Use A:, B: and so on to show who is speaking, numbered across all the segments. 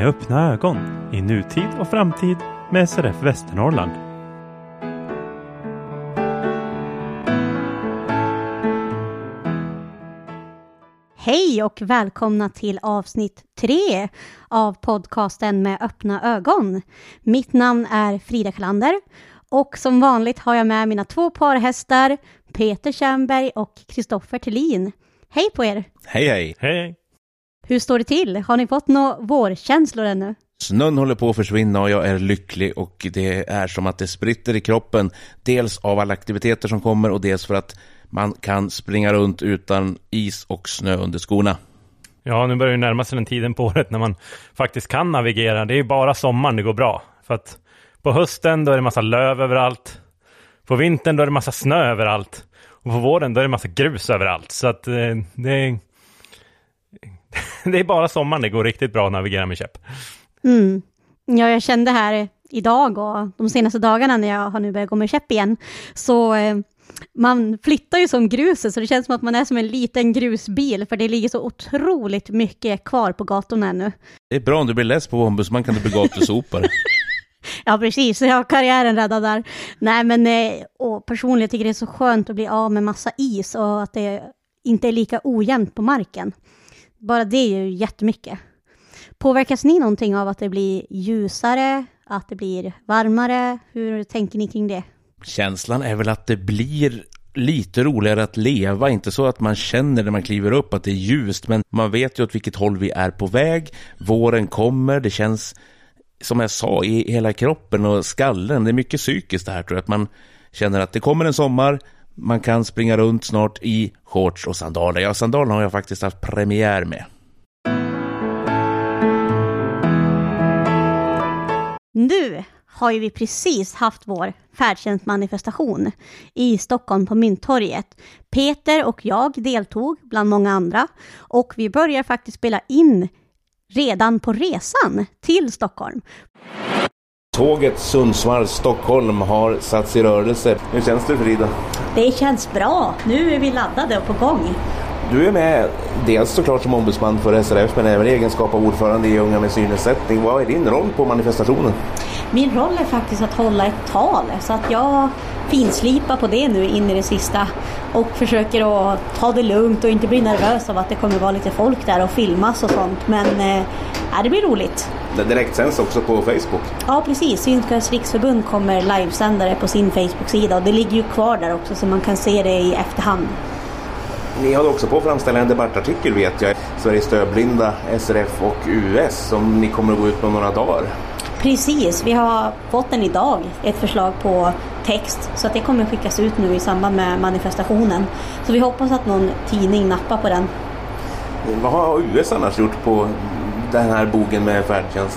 A: Med öppna ögon i nutid och framtid med SRF Västernorrland.
B: Hej och välkomna till avsnitt 3 av podcasten Med öppna ögon. Mitt namn är Frida Kalander och som vanligt har jag med mina 2 parhästar, Peter Tjernberg och Kristoffer Thelin. Hej på er!
C: Hej hej!
A: Hej!
B: Hur står det till? Har ni fått några vårkänslor ännu?
C: Snön håller på att försvinna och jag är lycklig och det är som att det spritter i kroppen. Dels av alla aktiviteter som kommer och dels för att man kan springa runt utan is och snö under skorna.
A: Ja, nu börjar ju närma sig den tiden på året när man faktiskt kan navigera. Det är ju bara sommaren det går bra. För att på hösten då är det massa löv överallt. På vintern då är det massa snö överallt. Och på våren då är det massa grus överallt. Så att det är bara sommaren det går riktigt bra att navigera med käpp.
B: Mm. Ja, jag kände här idag och de senaste dagarna när jag har nu börjat gå med käpp igen. Så man flyttar ju som gruset så det känns som att man är som en liten grusbil. För det ligger så otroligt mycket kvar på gatorna ännu.
C: Det är bra om du blir less på ombudsman kan du bli gatusopare.
B: Ja, precis. Så jag har karriären räddad där. Nej, men och personligen tycker det är så skönt att bli av med massa is och att det inte är lika ojämnt på marken. Bara det är ju jättemycket. Påverkas ni någonting av att det blir ljusare, att det blir varmare? Hur tänker ni kring det?
C: Känslan är väl att det blir lite roligare att leva. Inte så att man känner när man kliver upp att det är ljust. Men man vet ju åt vilket håll vi är på väg. Våren kommer. Det känns som jag sa i hela kroppen och skallen. Det är mycket psykiskt det här tror jag. Att man känner att det kommer en sommar. Man kan springa runt snart i shorts och sandaler. Ja, sandaler har jag faktiskt haft premiär med.
B: Nu har ju vi precis haft vår färdtjänstmanifestation i Stockholm på Mynttorget. Peter och jag deltog bland många andra och vi börjar faktiskt spela in redan på resan till Stockholm.
C: Tåget Sundsvall-Stockholm har satts i rörelse. Hur känns det, Frida?
B: Det känns bra. Nu är vi laddade och på gång.
C: Du är med dels såklart som ombudsman för SRF men även i egenskap av ordförande i Unga med synnedsättning. Vad är din roll på manifestationen?
B: Min roll är faktiskt att hålla ett tal så att jag finslipar på det nu in i det sista och försöker att ta det lugnt och inte bli nervös av att det kommer vara lite folk där och filmas och sånt. Men det blir roligt.
C: Det direkt sänds också på Facebook?
B: Ja, precis. Synskadades riksförbund kommer livesändare på sin Facebook-sida och det ligger ju kvar där också så man kan se det i efterhand.
C: Ni har också på att framställa en debattartikel vet jag. Sveriges dövblinda, SRF och US som ni kommer att gå ut på några dagar.
B: Precis, vi har fått den idag, ett förslag på text så att det kommer skickas ut nu i samband med manifestationen. Så vi hoppas att någon tidning nappar på den.
C: Vad har US annars gjort på den här bogen med färdtjänst?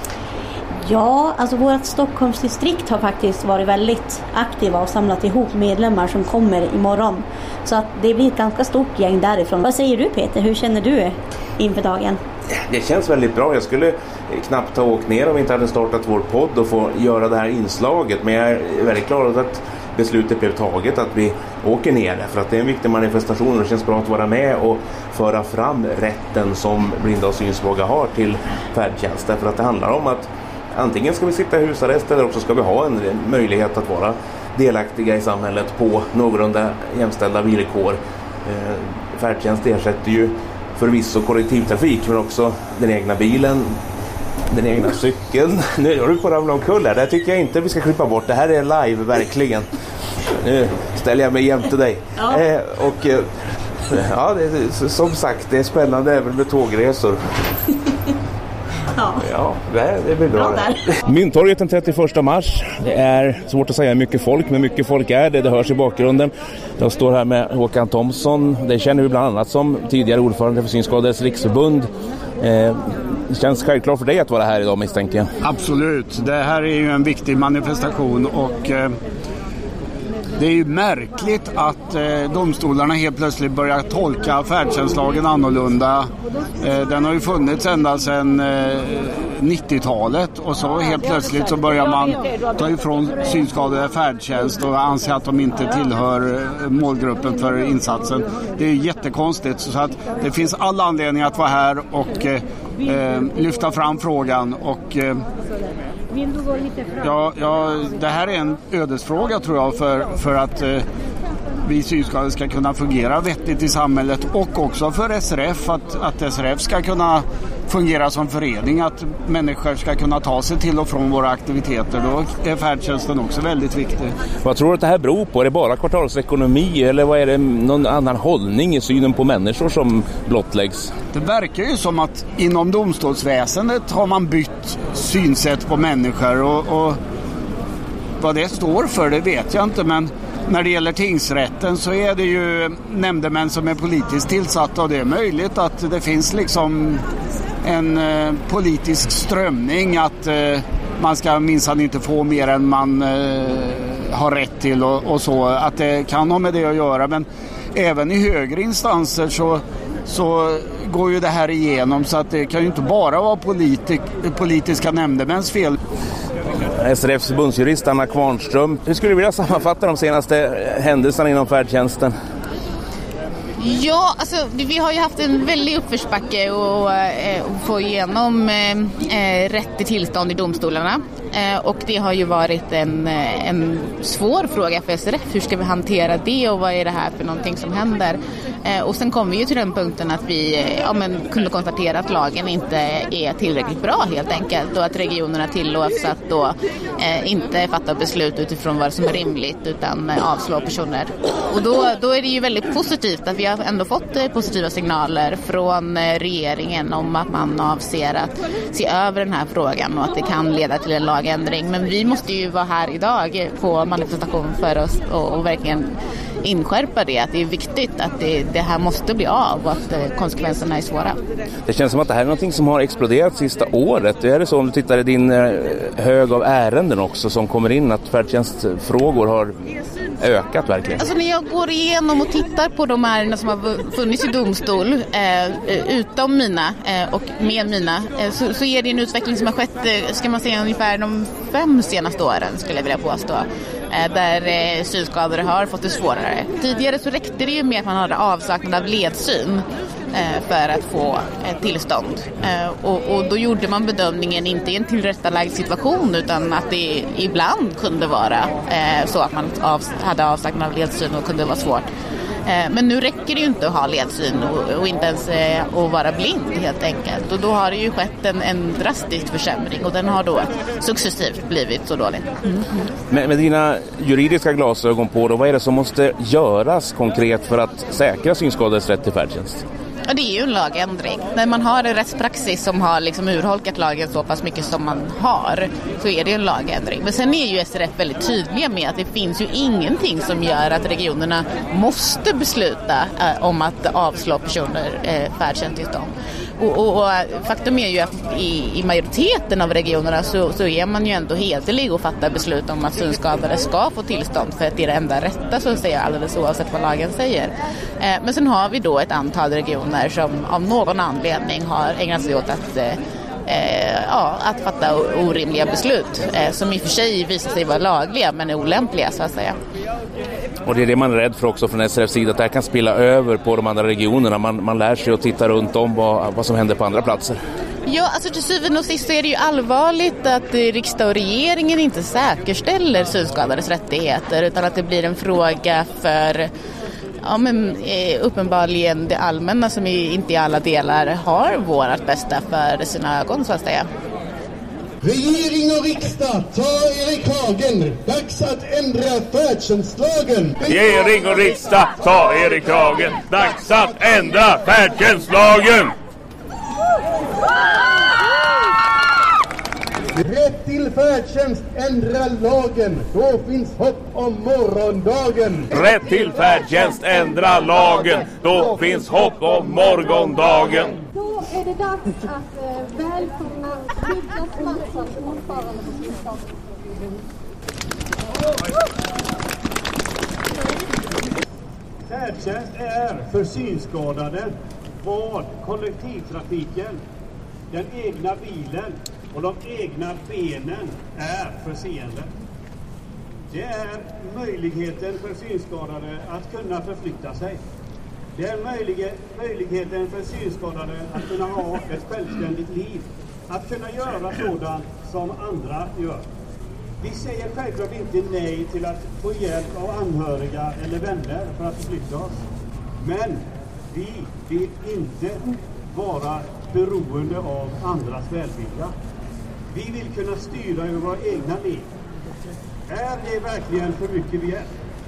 B: Ja, alltså vårt Stockholmsdistrikt har faktiskt varit väldigt aktiva och samlat ihop medlemmar som kommer imorgon. Så att det blir ett ganska stort gäng därifrån. Vad säger du Peter? Hur känner du inför dagen?
C: Det känns väldigt bra. Jag skulle knappt ha åkt ner om vi inte hade startat vår podd och få göra det här inslaget. Men jag är väldigt glad att beslutet blev taget att vi åker ner. För att det är en viktig manifestation och det känns bra att vara med och föra fram rätten som blinda och synsvaga har till färdtjänst. För att det handlar om att antingen ska vi sitta i husarrest eller också ska vi ha en möjlighet att vara delaktiga i samhället på någorlunda jämställda villkor. Färdtjänst ersätter ju förvisso kollektivtrafik men också den egna bilen, den egna cykeln. Nu är du på ramla omkull här. Det tycker jag inte vi ska klippa bort. Det här är live verkligen. Nu ställer jag mig jämte dig. Ja. Ja, som sagt, det är spännande även med tågresor. Ja, det blir bra. Mynttorget den 31 mars. Det är svårt att säga hur mycket folk, men mycket folk är det. Det hörs i bakgrunden. Jag står här med Håkan Thomsson. Det känner vi bland annat som tidigare ordförande för Synskadades riksförbund. Det känns självklart för dig att vara här idag, misstänker jag.
D: Absolut. Det här är ju en viktig manifestation och Det är ju märkligt att domstolarna helt plötsligt börjar tolka färdtjänstlagen annorlunda. Den har ju funnits ända sedan 90-talet och så helt plötsligt så börjar man ta ifrån synskadade färdtjänst och anse att de inte tillhör målgruppen för insatsen. Det är jättekonstigt, så att det finns all anledning att vara här och lyfta fram frågan och det här är en ödesfråga tror jag för att vi synskadade ska kunna fungera vettigt i samhället och också för SRF att SRF ska kunna fungera som förening, att människor ska kunna ta sig till och från våra aktiviteter. Då är färdtjänsten också väldigt viktig.
C: Vad tror du att det här beror på? Är det bara kvartalsekonomi eller vad är det, någon annan hållning i synen på människor som blottläggs?
D: Det verkar ju som att inom domstolsväsendet har man bytt synsätt på människor och vad det står för det vet jag inte, men när det gäller tingsrätten så är det ju nämndemän som är politiskt tillsatta och det är möjligt att det finns liksom en politisk strömning att man ska minsann inte få mer än man har rätt till och så, att det kan ha med det att göra, men även i högre instanser så går ju det här igenom, så att det kan ju inte bara vara politiska nämndemäns fel.
C: SRFs förbundsjurist Anna Kvarnström, hur skulle du vilja sammanfatta de senaste händelserna inom färdtjänsten?
E: Ja, alltså vi har ju haft en väldig uppförsbacke och få igenom rätt till tillstånd i domstolarna. Och det har ju varit en svår fråga för SRF. Hur ska vi hantera det och vad är det här för någonting som händer? Och sen kom vi ju till den punkten att vi kunde konstatera att lagen inte är tillräckligt bra helt enkelt. Och att regionerna tillåts att då inte fatta beslut utifrån vad som är rimligt utan avslå personer. Och då är det ju väldigt positivt att vi har ändå fått positiva signaler från regeringen om att man avser att se över den här frågan och att det kan leda till en lagändring. Men vi måste ju vara här idag på manifestation för oss och verkligen inskärpa det, att det är viktigt att det här måste bli av och att konsekvenserna är svåra.
C: Det känns som att det här är någonting som har exploderat sista året. Är det så om du tittar i din hög av ärenden också som kommer in att färdtjänstfrågor har ökat verkligen?
E: Alltså när jag går igenom och tittar på de ärenden som har funnits i domstol utom mina och med mina så är det en utveckling som har skett, ska man säga, ungefär de 5 senaste åren skulle jag vilja påstå. Där synskadade har fått det svårare. Tidigare så räckte det ju med att man hade avsaknad av ledsyn för att få ett tillstånd. Och då gjorde man bedömningen inte i en tillrättalagd situation utan att det ibland kunde vara så att man hade avsaknad av ledsyn och kunde vara svårt. Men nu räcker det ju inte att ha ledsyn och inte ens att vara blind helt enkelt. Och då har det ju skett en drastisk försämring och den har då successivt blivit så dålig.
C: Med dina juridiska glasögon på då, vad är det som måste göras konkret för att säkra synskadades rätt till färdtjänst?
E: Ja, det är ju en lagändring. När man har en rättspraxis som har liksom urholkat lagen så pass mycket som man har så är det en lagändring. Men sen är ju SRF väldigt tydliga med att det finns ju ingenting som gör att regionerna måste besluta om att avslå personer färdtjänsttillstånd. Och faktum är ju att i majoriteten av regionerna så är man ju ändå hederlig och fattar beslut om att synskadade ska få tillstånd för att det är det enda rätta så att säga, alldeles oavsett vad lagen säger. Men sen har vi då ett antal regioner som av någon anledning har ägnat sig åt att fatta orimliga beslut som i och för sig visar sig vara lagliga men är olämpliga så att säga.
C: Och det är det man är rädd för också från SRFs sida, att det här kan spilla över på de andra regionerna. Man lär sig att titta runt om vad som händer på andra platser. Ja, alltså till syvende och sist så är det ju allvarligt att riksdag och regeringen inte säkerställer synskadades rättigheter utan att det blir en fråga för uppenbarligen det allmänna som inte i alla delar har vårat bästa för sina ögon så att säga.
F: Regering och riksdag, ta er i kragen. Dags att ändra färdtjänstlagen.
C: Regering och riksdag, ta er i kragen. Dags att ändra färdtjänstlagen.
F: Rätt till färdtjänst, ändra lagen. Då finns hopp om morgondagen.
C: Rätt till färdtjänst, ändra lagen. Då finns hopp om morgondagen.
G: Då är det dags att välkomna Niklas Mattsson, ordförande på Synskadades.
H: Färdtjänst är för synskadade vad kollektivtrafiken, den egna bilen och de egna benen är för seende. Det är möjligheten för synskadade att kunna förflytta sig. Det är möjligheten för synskadade att kunna ha ett självständigt liv. Att kunna göra sådant som andra gör. Vi säger självklart inte nej till att få hjälp av anhöriga eller vänner för att förflytta oss. Men vi vill inte vara beroende av andras välvilja. Vi vill kunna styra över våra egna liv. Är det verkligen för mycket begärt?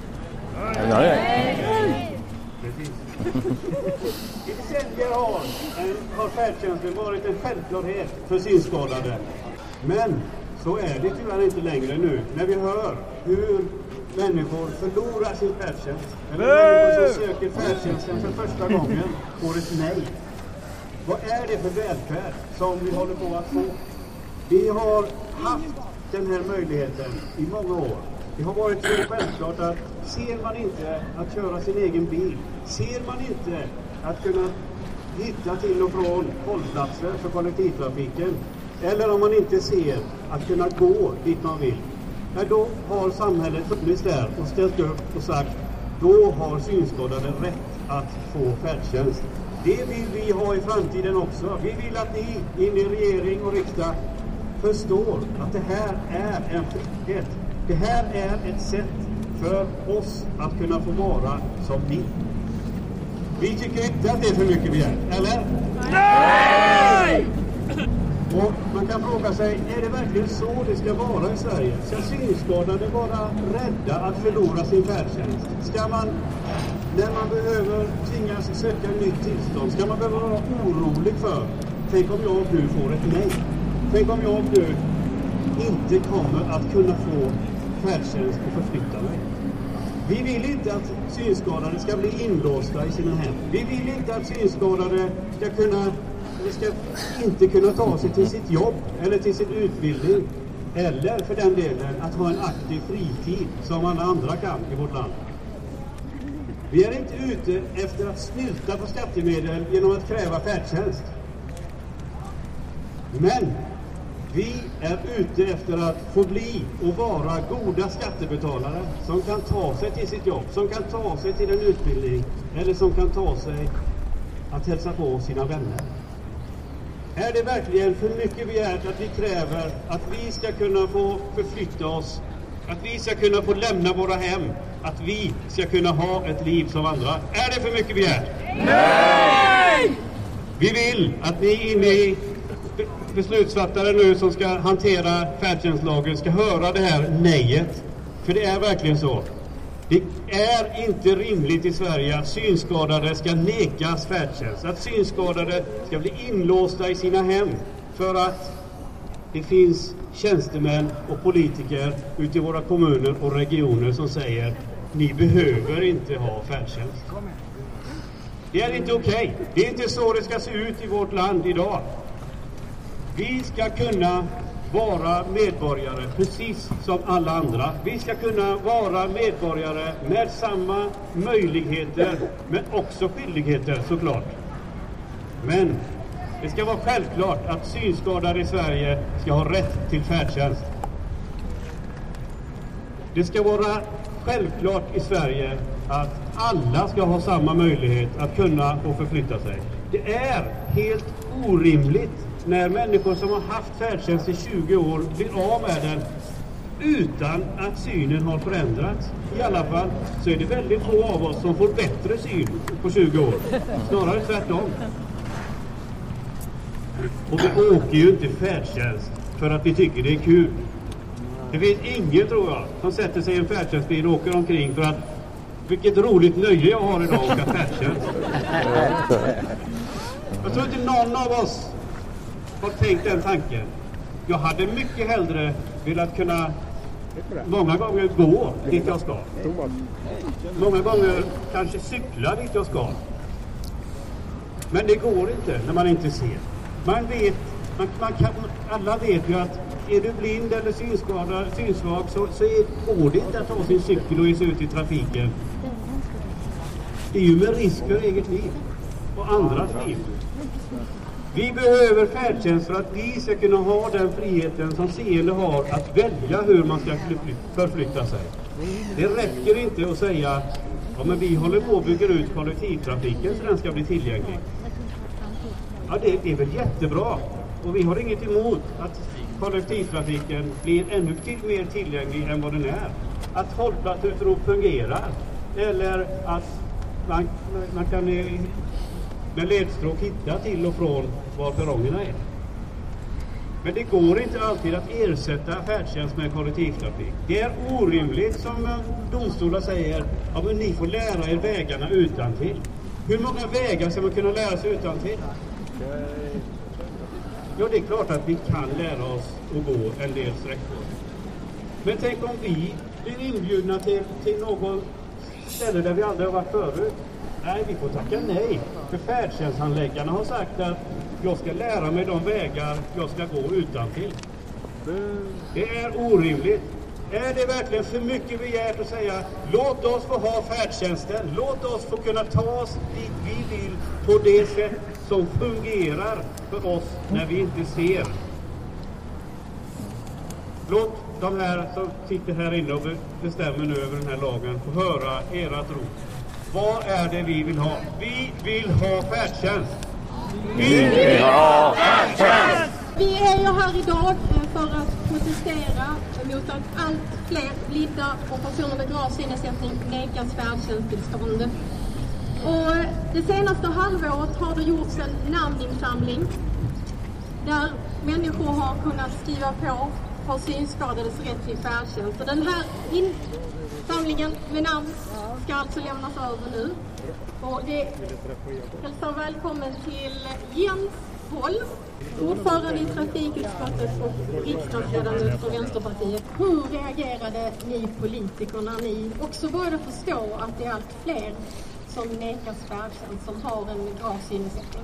C: Nej.
H: Precis. I decennier har färdtjänsten varit en självklarhet för synskadade. Men så är det tyvärr inte längre nu. När vi hör hur människor förlorar sin färdtjänst. Eller människor som söker färdtjänsten för första gången får ett nej. Vad är det för välfärd som vi håller på att få? Vi har haft den här möjligheten i många år. Det har varit så självklart att ser man inte att köra sin egen bil, ser man inte att kunna hitta till och från hållplatser för kollektivtrafiken, eller om man inte ser att kunna gå dit man vill, då har samhället funnits där och ställt upp och sagt, då har synskadade rätt att få färdtjänst. Det vill vi ha i framtiden också. Vi vill att ni in i regering och riksdag förstår att det här är en frihet. Det här är ett sätt för oss att kunna få vara som vi. Vi tycker inte att det är för mycket begärt, eller? Nej! Och man kan fråga sig, är det verkligen så det ska vara i Sverige? Ska synskadade vara rädda att förlora sin färdtjänst? Ska man, när man behöver tvingas söka nytt tillstånd, ska man behöva vara orolig för, tänk om jag nu får ett nej? Tänk om jag nu inte kommer att kunna få färdtjänst och förflytta mig? Vi vill inte att synskadade ska bli inlåsta i sina hem. Vi vill inte att synskadade ska inte kunna ta sig till sitt jobb eller till sin utbildning. Eller för den delen att ha en aktiv fritid som alla andra kan i vårt land. Vi är inte ute efter att snylta på skattemedel genom att kräva färdtjänst. Men vi är ute efter att få bli och vara goda skattebetalare som kan ta sig till sitt jobb, som kan ta sig till en utbildning eller som kan ta sig att hälsa på sina vänner. Är det verkligen för mycket begärt att vi kräver att vi ska kunna få förflytta oss, att vi ska kunna få lämna våra hem, att vi ska kunna ha ett liv som andra? Är det för mycket begärt? Nej! Vi vill att ni inne i beslutsfattare nu som ska hantera färdtjänstlagen ska höra det här nejet. För det är verkligen så. Det är inte rimligt i Sverige att synskadade ska nekas färdtjänst. Att synskadade ska bli inlåsta i sina hem för att det finns tjänstemän och politiker ute i våra kommuner och regioner som säger ni behöver inte ha färdtjänst. Det är inte okej. Det är inte så det ska se ut i vårt land idag. Vi ska kunna vara medborgare precis som alla andra. Vi ska kunna vara medborgare med samma möjligheter men också skyldigheter såklart. Men det ska vara självklart att synskadade i Sverige ska ha rätt till färdtjänst. Det ska vara självklart i Sverige att alla ska ha samma möjlighet att kunna få förflytta sig. Det är helt orimligt när människor som har haft färdtjänst i 20 år blir av med den utan att synen har förändrats. I alla fall så är det väldigt få av oss som får bättre syn på 20 år. Snarare tvärtom. Och vi åker ju inte färdtjänst för att vi tycker det är kul. Det finns ingen, tror jag, som sätter sig i en färdtjänstbil och åker omkring för att vilket roligt nöje jag har idag att åka färdtjänst. Jag tror inte någon av oss har tänkt den tanken. Jag hade mycket hellre velat kunna många gånger gå dit jag ska. Många gånger kanske cykla dit jag ska. Men det går inte när man inte ser. Man vet, alla vet ju att är du blind eller synsvag så går det inte att ta sin cykel och ge sig ut i trafiken. Det är ju med risk för eget liv och andras liv. Vi behöver färdtjänst för att vi ska kunna ha den friheten som seende har att välja hur man ska förflytta sig. Det räcker inte att säga ja, men vi håller på att bygga ut kollektivtrafiken så den ska bli tillgänglig. Ja, det är väl jättebra. Och vi har inget emot att kollektivtrafiken blir ännu mer tillgänglig än vad den är. Att hållplatsutrop fungerar. Eller att man kan med ledstråk hitta till och från var perrongerna är. Men det går inte alltid att ersätta färdtjänst med kollektivtrafik. Det är orimligt som domstolar säger, ja men ni får lära er vägarna utantill. Hur många vägar ska man kunna lära sig utantill? Ja, det är klart att vi kan lära oss att gå en del sträckor. Men tänk om vi blir inbjudna till någon ställe där vi aldrig har varit förut. Nej, vi får tacka nej. För färdtjänsthandläggarna har sagt att jag ska lära mig de vägar jag ska gå utantill. Det är orimligt. Är det verkligen för mycket begärt att säga låt oss få ha färdtjänsten, låt oss få kunna ta oss dit vi vill på det sätt som fungerar för oss när vi inte ser. Låt de här som sitter här inne och bestämmer nu över den här lagen få höra ert rop. Vad är det vi vill ha? Vi vill ha färdtjänst. Vi vill ha färdtjänst!
G: Vi är ju här idag för att protestera mot att allt fler blinda och personer med grav synnedsättning nekas färdtjänsttillstånd. Och det senaste halvåret har det gjorts en namninsamling där människor har kunnat skriva på för synskadades rätt till färdtjänst. Och den här insamlingen med namn ska alltså lämnas över nu. Och det hälsar välkommen till Jens Holm, ordförande i trafikutskottet och riksdagsledamot för Vänsterpartiet. Hur reagerade ni politiker när ni också började förstå att det är allt fler som nekas färdtjänst som har en grav synnedsättning?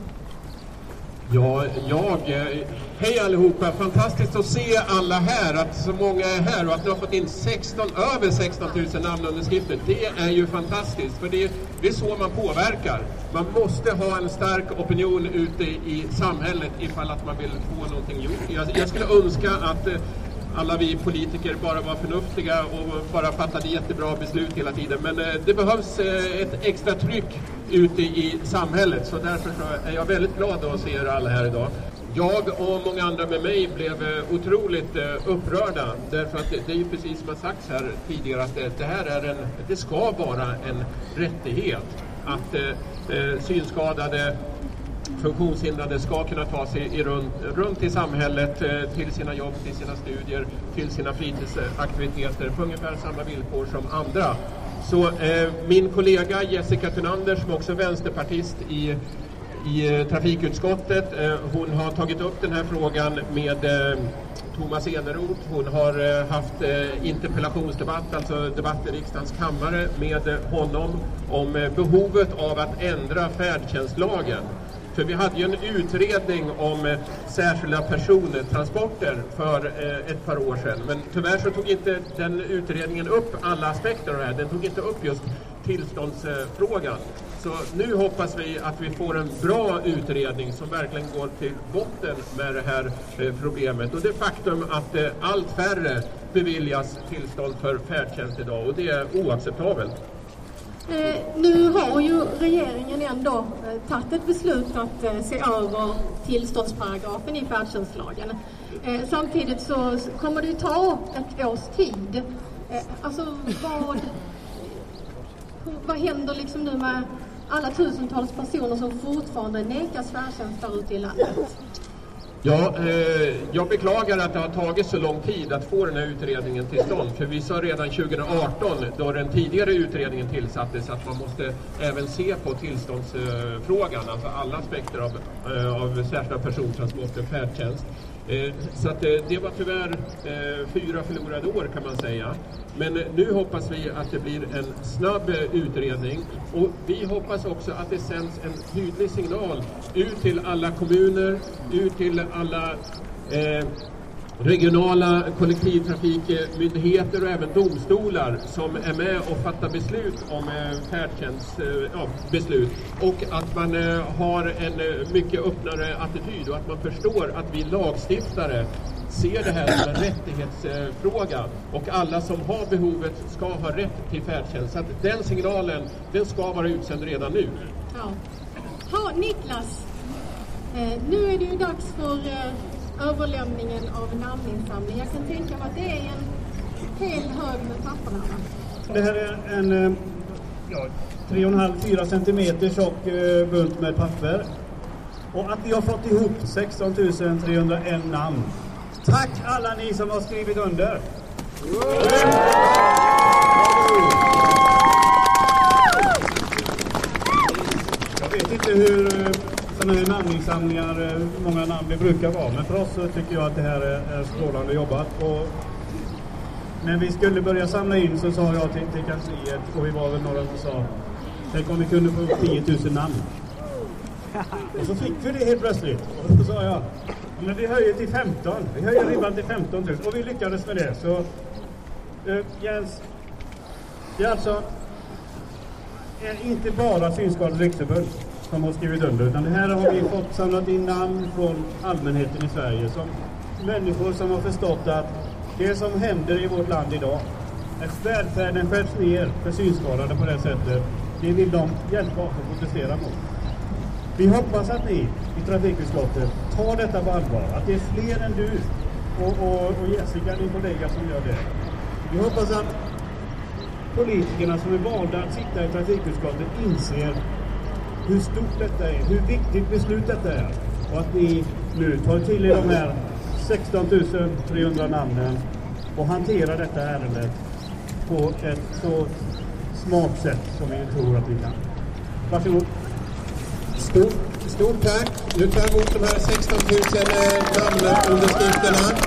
I: Ja, hej allihopa, fantastiskt att se alla här, att så många är här och att ni har fått in över 16 000 namnunderskrifter. Det är ju fantastiskt, för det är så man påverkar. Man måste ha en stark opinion ute i samhället ifall att man vill få någonting gjort. Jag skulle önska att alla vi politiker bara var förnuftiga och bara fattade jättebra beslut hela tiden. Men det behövs ett extra tryck ute i samhället. Så därför så är jag väldigt glad att se er alla här idag. Jag och många andra med mig blev otroligt upprörda. Därför att det är ju precis som har sagts här tidigare att det här det ska vara en rättighet. Att synskadade funktionshindrade ska kunna ta sig runt i samhället till sina jobb, till sina studier, till sina fritidsaktiviteter på ungefär samma villkor som andra. Så min kollega Jessica Thunander, som också är vänsterpartist i trafikutskottet, hon har tagit upp den här frågan med Thomas Eneroth. Hon har haft interpellationsdebatt, alltså debatt i riksdagens kammare med honom om behovet av att ändra färdtjänstlagen. För vi hade ju en utredning om särskilda persontransporter för ett par år sedan. Men tyvärr så tog inte den utredningen upp alla aspekter av det här. Den tog inte upp just tillståndsfrågan. Så nu hoppas vi att vi får en bra utredning som verkligen går till botten med det här problemet. Och det faktum att allt färre beviljas tillstånd för färdtjänst idag, och det är oacceptabelt.
G: Nu har ju regeringen ändå tagit ett beslut att se över tillståndsparagrafen i färdtjänstlagen. Samtidigt så kommer det ju ta ett års tid. Alltså vad händer liksom nu med alla tusentals personer som fortfarande nekas färdtjänst där ute i landet?
I: Ja, jag beklagar att det har tagit så lång tid att få den här utredningen till stånd. För vi sa redan 2018, då den tidigare utredningen tillsattes, att man måste även se på tillståndsfrågan, alltså alla aspekter av särskilda persontransporter, färdtjänst. Så att det var tyvärr 4 förlorade år kan man säga. Men nu hoppas vi att det blir en snabb utredning, och vi hoppas också att det sänds en tydlig signal ut till alla kommuner, ut till alla regionala kollektivtrafikmyndigheter och även domstolar som är med och fattar beslut om färdtjänstbeslut, och att man har en mycket öppnare attityd och att man förstår att vi lagstiftare ser det här som en rättighetsfråga och alla som har behovet ska ha rätt till färdtjänst. Så att den signalen, den ska vara utsänd redan nu.
G: Ja, Niklas, nu är det ju dags för överlämningen av namninsamling. Jag kan tänka mig att det är en hel hög med papperna.
H: Det här är en 3,5-4 centimeter tjock bunt med papper. Och att vi har fått ihop 16 301 namn. Tack alla ni som har skrivit under. Jag vet inte hur sådana här namninsamlingar, många namn det brukar vara. Men för oss så tycker jag att det här är strålande jobbat. Och när vi skulle börja samla in så sa jag till kansliet, och vi var väl några som sa, tänk om vi kunde få 10 000 namn. Och så fick vi det helt plötsligt. Och så sa jag, men vi höjer till 15. Vi höjer ribban till 15 000. Och vi lyckades med det. Så Jens, det är alltså inte bara Synskadades riksförbund som har skrivit under, utan det här har vi fått samlat in namn från allmänheten i Sverige, som människor som har förstått att det som händer i vårt land idag, att välfärden skärs ner för synskadade på det sättet, det vill de hjälpa oss att protestera mot. Vi hoppas att ni i trafikutskottet tar detta på allvar, att det är fler än du och Jessica, din kollega, som gör det. Vi hoppas att politikerna som är valda att sitta i trafikutskottet inser hur stort detta är, hur viktigt beslut detta är, och att ni nu tar till er de här 16 300 namnen och hanterar detta ärendet på ett så smart sätt som vi tror att vi kan. Varsågod.
I: Stort tack. Nu tar jag emot de här 16 000 namnunderskrifterna.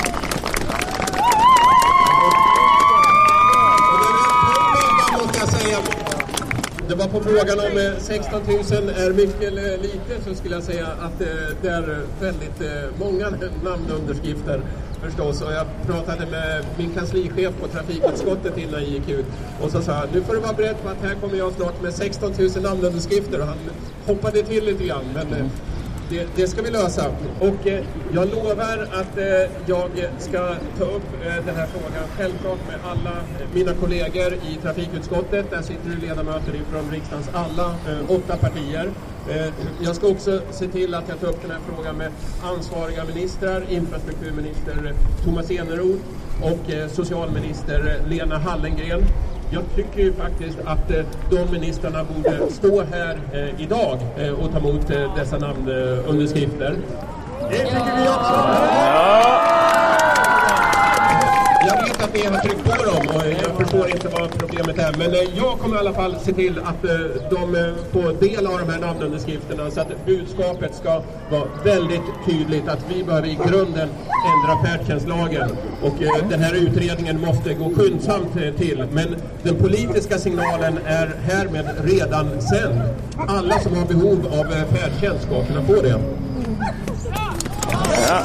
I: Det var på frågan om 16 000 är mycket eller lite, så skulle jag säga att det är väldigt många namnunderskrifter förstås. Och jag pratade med min kanslichef på trafikutskottet innan jag gick ut, och så sa nu får du vara beredd på att här kommer jag snart med 16 000 namnunderskrifter, och han hoppade till lite grann, men det ska vi lösa. Och jag lovar att jag ska ta upp den här frågan självklart med alla mina kollegor i trafikutskottet. Där sitter det ledamöter från riksdagens alla 8 partier. Jag ska också se till att jag tar upp den här frågan med ansvariga ministrar, infrastrukturminister Thomas Eneroth och socialminister Lena Hallengren. Jag tycker ju faktiskt att de ministrarna borde stå här idag och ta emot dessa namnunderskrifter. Det tycker vi också. Jag vet att ni har tryckt på dem och jag förstår inte vad problemet är. Men jag kommer i alla fall se till att de får del av de här namnunderskrifterna, så att budskapet ska vara väldigt tydligt att vi behöver i grunden ändra färdtjänstlagen. Och den här utredningen måste gå skyndsamt till. Men den politiska signalen är härmed redan sen. Alla som har behov av färdtjänst ska kunna få det.
G: Ja.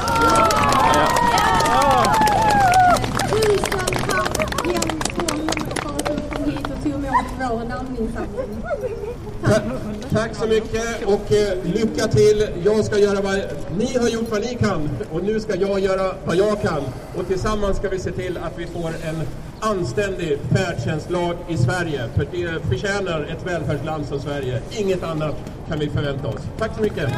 I: Tack så mycket och lycka till. Jag ska göra vad ni har gjort, vad ni kan, och nu ska jag göra vad jag kan, och tillsammans ska vi se till att vi får en anständig färdtjänstlag i Sverige, för det förtjänar ett välfärdsland som Sverige. Inget annat kan vi förvänta oss. Tack så mycket.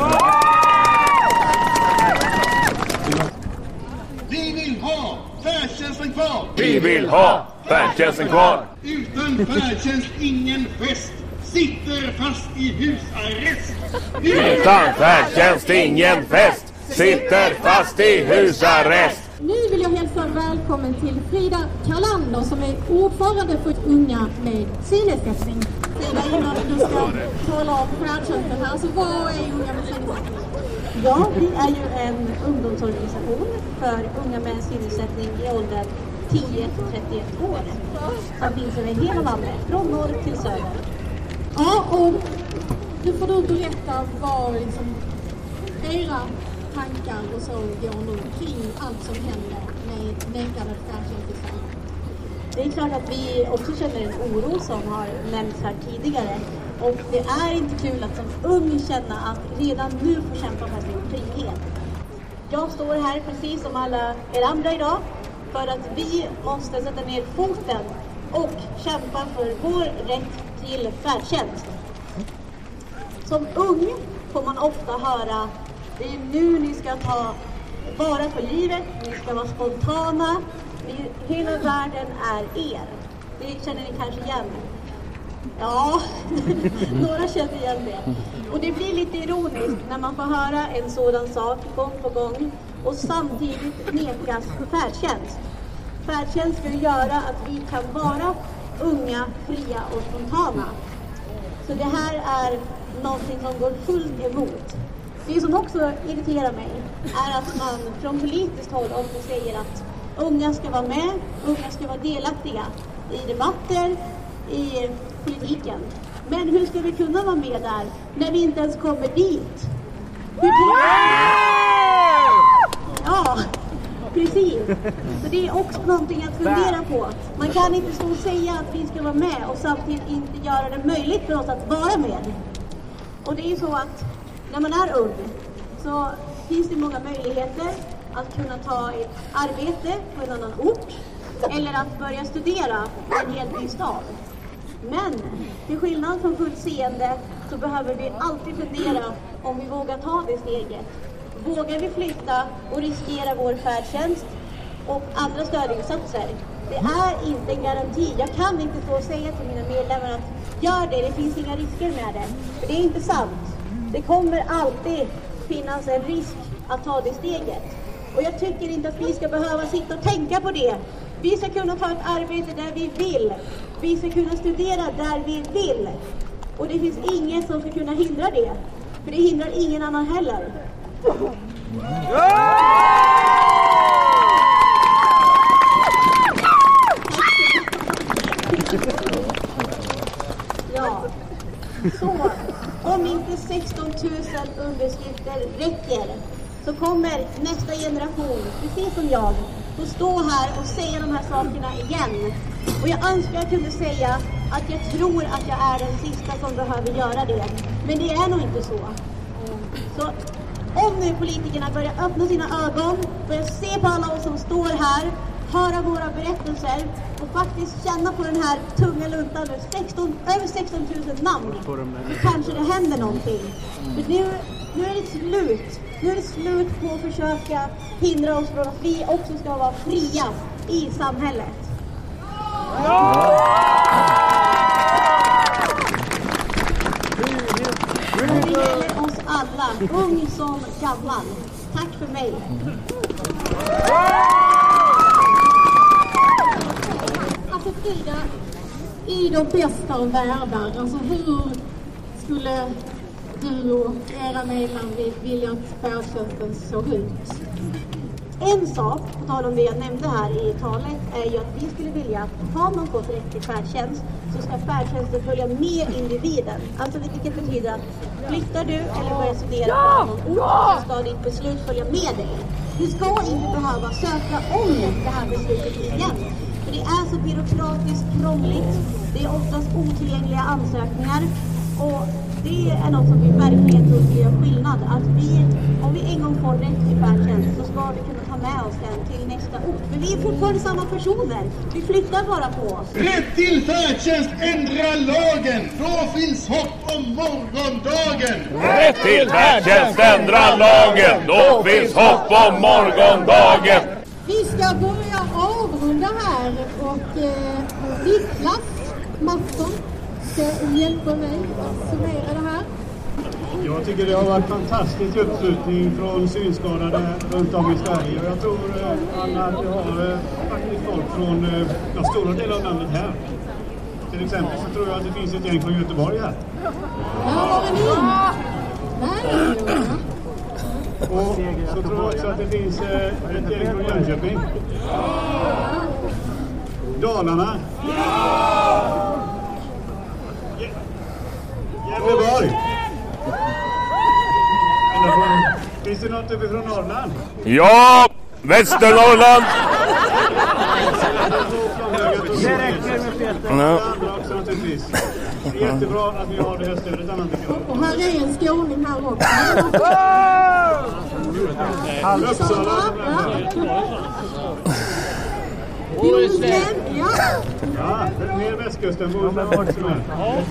F: Vi vill ha färdtjänsten kvar!
J: Vi vill ha färdtjänsten kvar!
F: Utan färdtjänst ingen fest! Sitter fast i husarrest!
J: Utan färdtjänst ingen fest! Sitter fast i husarrest!
G: Nu vill jag hälsa välkommen till Frida Karlander som är ordförande för unga med synnedsättning. Frida, innan du ska tala om färdtjänsten här, så vad är unga med synnedsättning?
K: Ja, vi är ju en ungdomsorganisation för unga med synnedsättning i åldern 10 till 31 år. Som finns över hela landet, från norr till söder.
G: Ja, och nu får du berätta vad era tankar och så går nu kring allt som händer med nekade färdtjänst?
K: Det är klart att vi också känner en oro som har nämnts här tidigare. Och det är inte kul att som ung känna att redan nu få kämpa för sin frihet. Jag står här precis som alla er andra idag för att vi måste sätta ner foten och kämpa för vår rätt till färdtjänst. Som ung får man ofta höra: det är nu ni ska ta vara på livet, ni ska vara spontana, hela världen är er. Det känner ni kanske igen. Ja, några känner igen det. Och det blir lite ironiskt när man får höra en sådan sak gång på gång och samtidigt nekas färdtjänst. Färdtjänst ska göra att vi kan vara unga, fria och spontana. Så det här är någonting som går fullt emot. Det som också irriterar mig är att man från politiskt håll också säger att unga ska vara med, unga ska vara delaktiga i debatter, i politiken. Men hur ska vi kunna vara med där när vi inte ens kommer dit? Ja, precis. Så det är också någonting att fundera på. Man kan inte stå och säga att vi ska vara med och samtidigt inte göra det möjligt för oss att vara med. Och det är ju så att när man är ung så finns det många möjligheter att kunna ta ett arbete på en annan ort eller att börja studera i en helt ny stad. Men till skillnad från fullt seende så behöver vi alltid fundera om vi vågar ta det steget. Vågar vi flytta och riskera vår färdtjänst och andra stödinsatser? Det är inte en garanti. Jag kan inte stå och säga till mina medlemmar att gör det finns inga risker med det. För det är inte sant. Det kommer alltid finnas en risk att ta det steget. Och jag tycker inte att vi ska behöva sitta och tänka på det. Vi ska kunna ta ett arbete där vi vill. Vi ska kunna studera där vi vill. Och det finns inget som ska kunna hindra det. För det hindrar ingen annan heller. Ja, så om inte 16 000 underskrifter räcker så kommer nästa generation, precis som jag, att stå här och säga de här sakerna igen. Och jag önskar jag kunde säga att jag tror att jag är den sista som behöver göra det. Men det är nog inte så. Så om nu politikerna börjar öppna sina ögon, börjar se på alla oss som står här, höra våra berättelser och faktiskt känna på den här tunga luntan med över 16 000 namn, så kanske det händer någonting. För nu är det slut. Nu är det slut på att försöka hindra oss från att vi också ska vara fria i samhället. Det gäller oss alla, ung som gammal. Tack för mig.
G: Alltså Frida, i de bästa av världar, alltså hur skulle du och era medlemmar vilja att färdtjänsten såg ut?
K: En sak, på tal om det jag nämnde här i talet, är ju att vi skulle vilja att har man fått rätt till färdtjänst så ska färdtjänsten följa med individen. Alltså vilket betyder att flyttar du eller börjar studera på någon ort så ska ditt beslut följa med dig. Du ska inte behöva söka om det här beslutet igen. För det är så byråkratiskt krångligt. Det är oftast otillgängliga ansökningar. Och det är något som vi verkligen tror skulle göra skillnad. Att om vi en gång får rätt till färdtjänst så ska vi kunna ta med oss den till nästa ort. Men vi är fortfarande samma personer. Vi flyttar bara på oss.
F: Rätt till färdtjänst, ändra lagen. Då finns hopp om morgondagen.
J: Rätt till färdtjänst, ändra lagen. Då finns hopp om morgondagen.
G: Vi ska börja avrunda här och Niklas Mattsson ska hjälpa mig att summera det här.
H: Jag tycker det har varit fantastisk uppslutning från synskadade runt om i Sverige. Och jag tror Anna att vi har faktiskt folk från stora delar av landet här. Till exempel så tror jag att det finns ett gäng från Göteborg här.
G: Ja, var är ni? Där är ni.
H: Och så tror jag också att det finns ett gäng från Jönköping. Dalarna. Gävleborg. Eller från Finns det något uppifrån Norrland?
J: Ja, Västernorrland.
H: Det räcker med Peter. Andra också naturligtvis. Det är jättebra att vi har det här stödet.
G: Och här är en skåning här också.
H: Uppsala.
G: Bohuslän, ja.
H: Ja, mer västkusten. Bohuslän också med.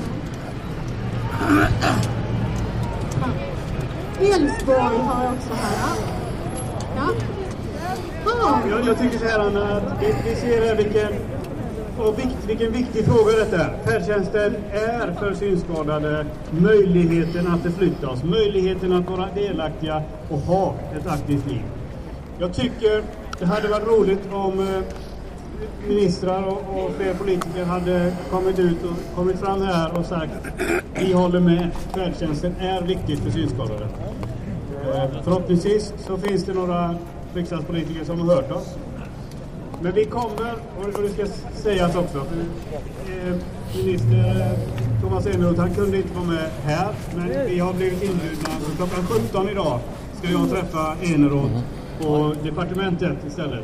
G: Älvsborg har jag också här. Ja.
H: Jag tycker så här, Anna, att vi ser här vilken viktig fråga detta är. Färdtjänsten är för synskadade möjligheten att förflytta oss, möjligheten att vara delaktiga och ha ett aktivt liv. Jag tycker det hade varit roligt om ministrar och fler politiker hade kommit fram här och sagt vi håller med, färdtjänsten är viktigt för synskadade. Förhoppningsvis så finns det några riksdagspolitiker som har hört oss. Men vi kommer, och det ska sägas också, minister Thomas Eneroth, han kunde inte vara med här, men vi har blivit inbjudna. Så klockan 17 idag ska jag träffa Eneroth på departementet istället.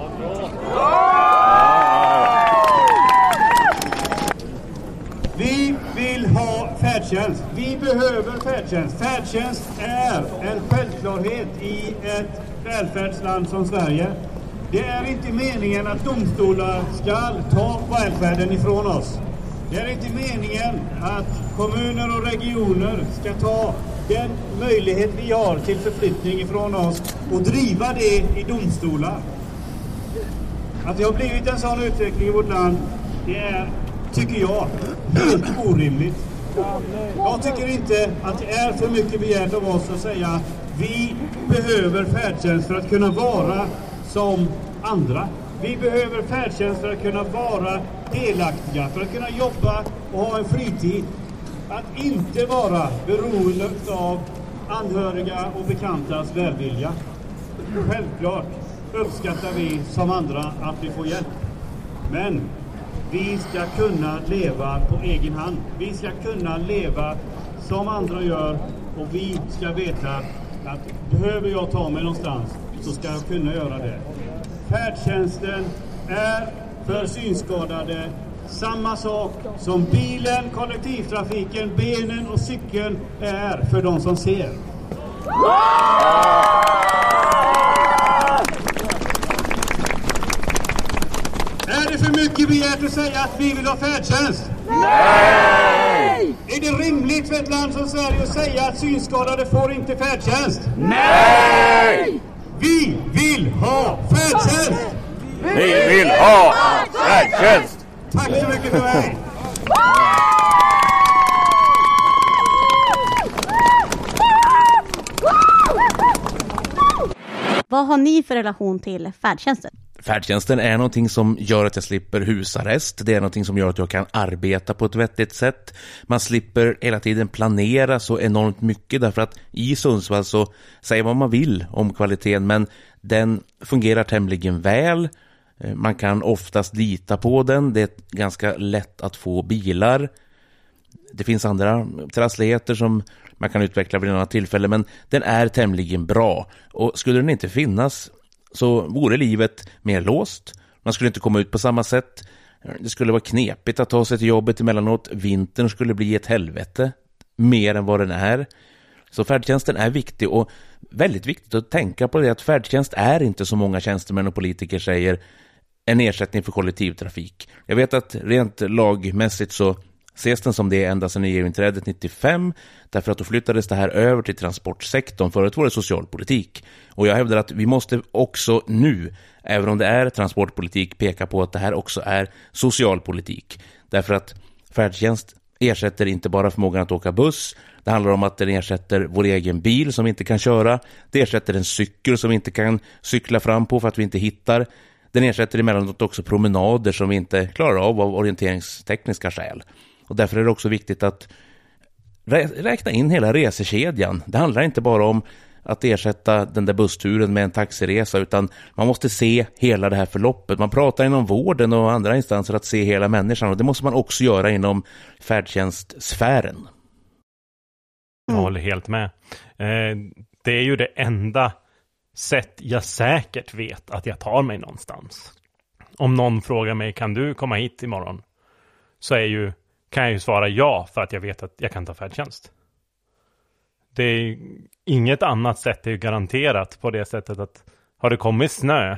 H: Vi vill ha färdtjänst. Vi behöver färdtjänst. Färdtjänst är en självklarhet i ett välfärdsland som Sverige. Det är inte meningen att domstolar ska ta välfärden ifrån oss. Det är inte meningen att kommuner och regioner ska ta den möjlighet vi har till förflyttning ifrån oss och driva det i domstolar. Att det har blivit en sån utveckling i vårt land, det är, tycker jag, helt orimligt. Jag tycker inte att det är för mycket begärt av oss att säga att vi behöver färdtjänst för att kunna vara som andra. Vi behöver färdtjänst för att kunna vara delaktiga, för att kunna jobba och ha en fritid. Att inte vara beroende av anhöriga och bekantas välvilja. Självklart uppskattar vi som andra att vi får hjälp. Men vi ska kunna leva på egen hand. Vi ska kunna leva som andra gör, och vi ska veta att behöver jag ta mig någonstans så ska jag kunna göra det. Färdtjänsten är för synskadade samma sak som bilen, kollektivtrafiken, benen och cykeln är för de som ser. Är det för mycket begärt att säga att vi vill ha färdtjänst?
J: Nej!
H: Är det rimligt för ett land som Sverige att säga att synskadade får inte färdtjänst?
J: Nej!
H: Vi vill ha färdtjänst!
J: Vi vill ha färdtjänst!
H: Tack så mycket för mig!
B: Vad har ni för relation till färdtjänsten?
C: Färdtjänsten är någonting som gör att jag slipper husarrest. Det är någonting som gör att jag kan arbeta på ett vettigt sätt. Man slipper hela tiden planera så enormt mycket, därför att i Sundsvall så säger vad man vill om kvaliteten, men den fungerar tämligen väl. Man kan oftast lita på den. Det är ganska lätt att få bilar. Det finns andra trassligheter som man kan utveckla vid några tillfällen, men den är tämligen bra. Och skulle den inte finnas så vore livet mer låst. Man skulle inte komma ut på samma sätt. Det skulle vara knepigt att ta sig till jobbet emellanåt. Vintern skulle bli ett helvete mer än vad den är. Så färdtjänsten är viktig, och väldigt viktigt att tänka på det att färdtjänst är inte, så många tjänstemän och politiker säger, en ersättning för kollektivtrafik. Jag vet att rent lagmässigt så ses den som det ända sedan EU-inträdet 95, därför att då flyttades det här över till transportsektorn. Förut var det socialpolitik. Och jag hävdar att vi måste också nu, även om det är transportpolitik, peka på att det här också är socialpolitik. Därför att färdtjänst ersätter inte bara förmågan att åka buss. Det handlar om att den ersätter vår egen bil som vi inte kan köra. Det ersätter en cykel som vi inte kan cykla fram på för att vi inte hittar. Den ersätter emellanåt också promenader som vi inte klarar av orienteringstekniska skäl. Och därför är det också viktigt att räkna in hela resekedjan. Det handlar inte bara om att ersätta den där bussturen med en taxiresa, utan man måste se hela det här förloppet. Man pratar inom vården och andra instanser att se hela människan, och det måste man också göra inom färdtjänstsfären.
A: Jag håller helt med. Det är ju det enda sätt jag säkert vet att jag tar mig någonstans. Om någon frågar mig, kan du komma hit imorgon? Så kan jag ju svara ja, för att jag vet att jag kan ta färdtjänst. Det är inget annat sätt, är ju garanterat på det sättet att har det kommit snö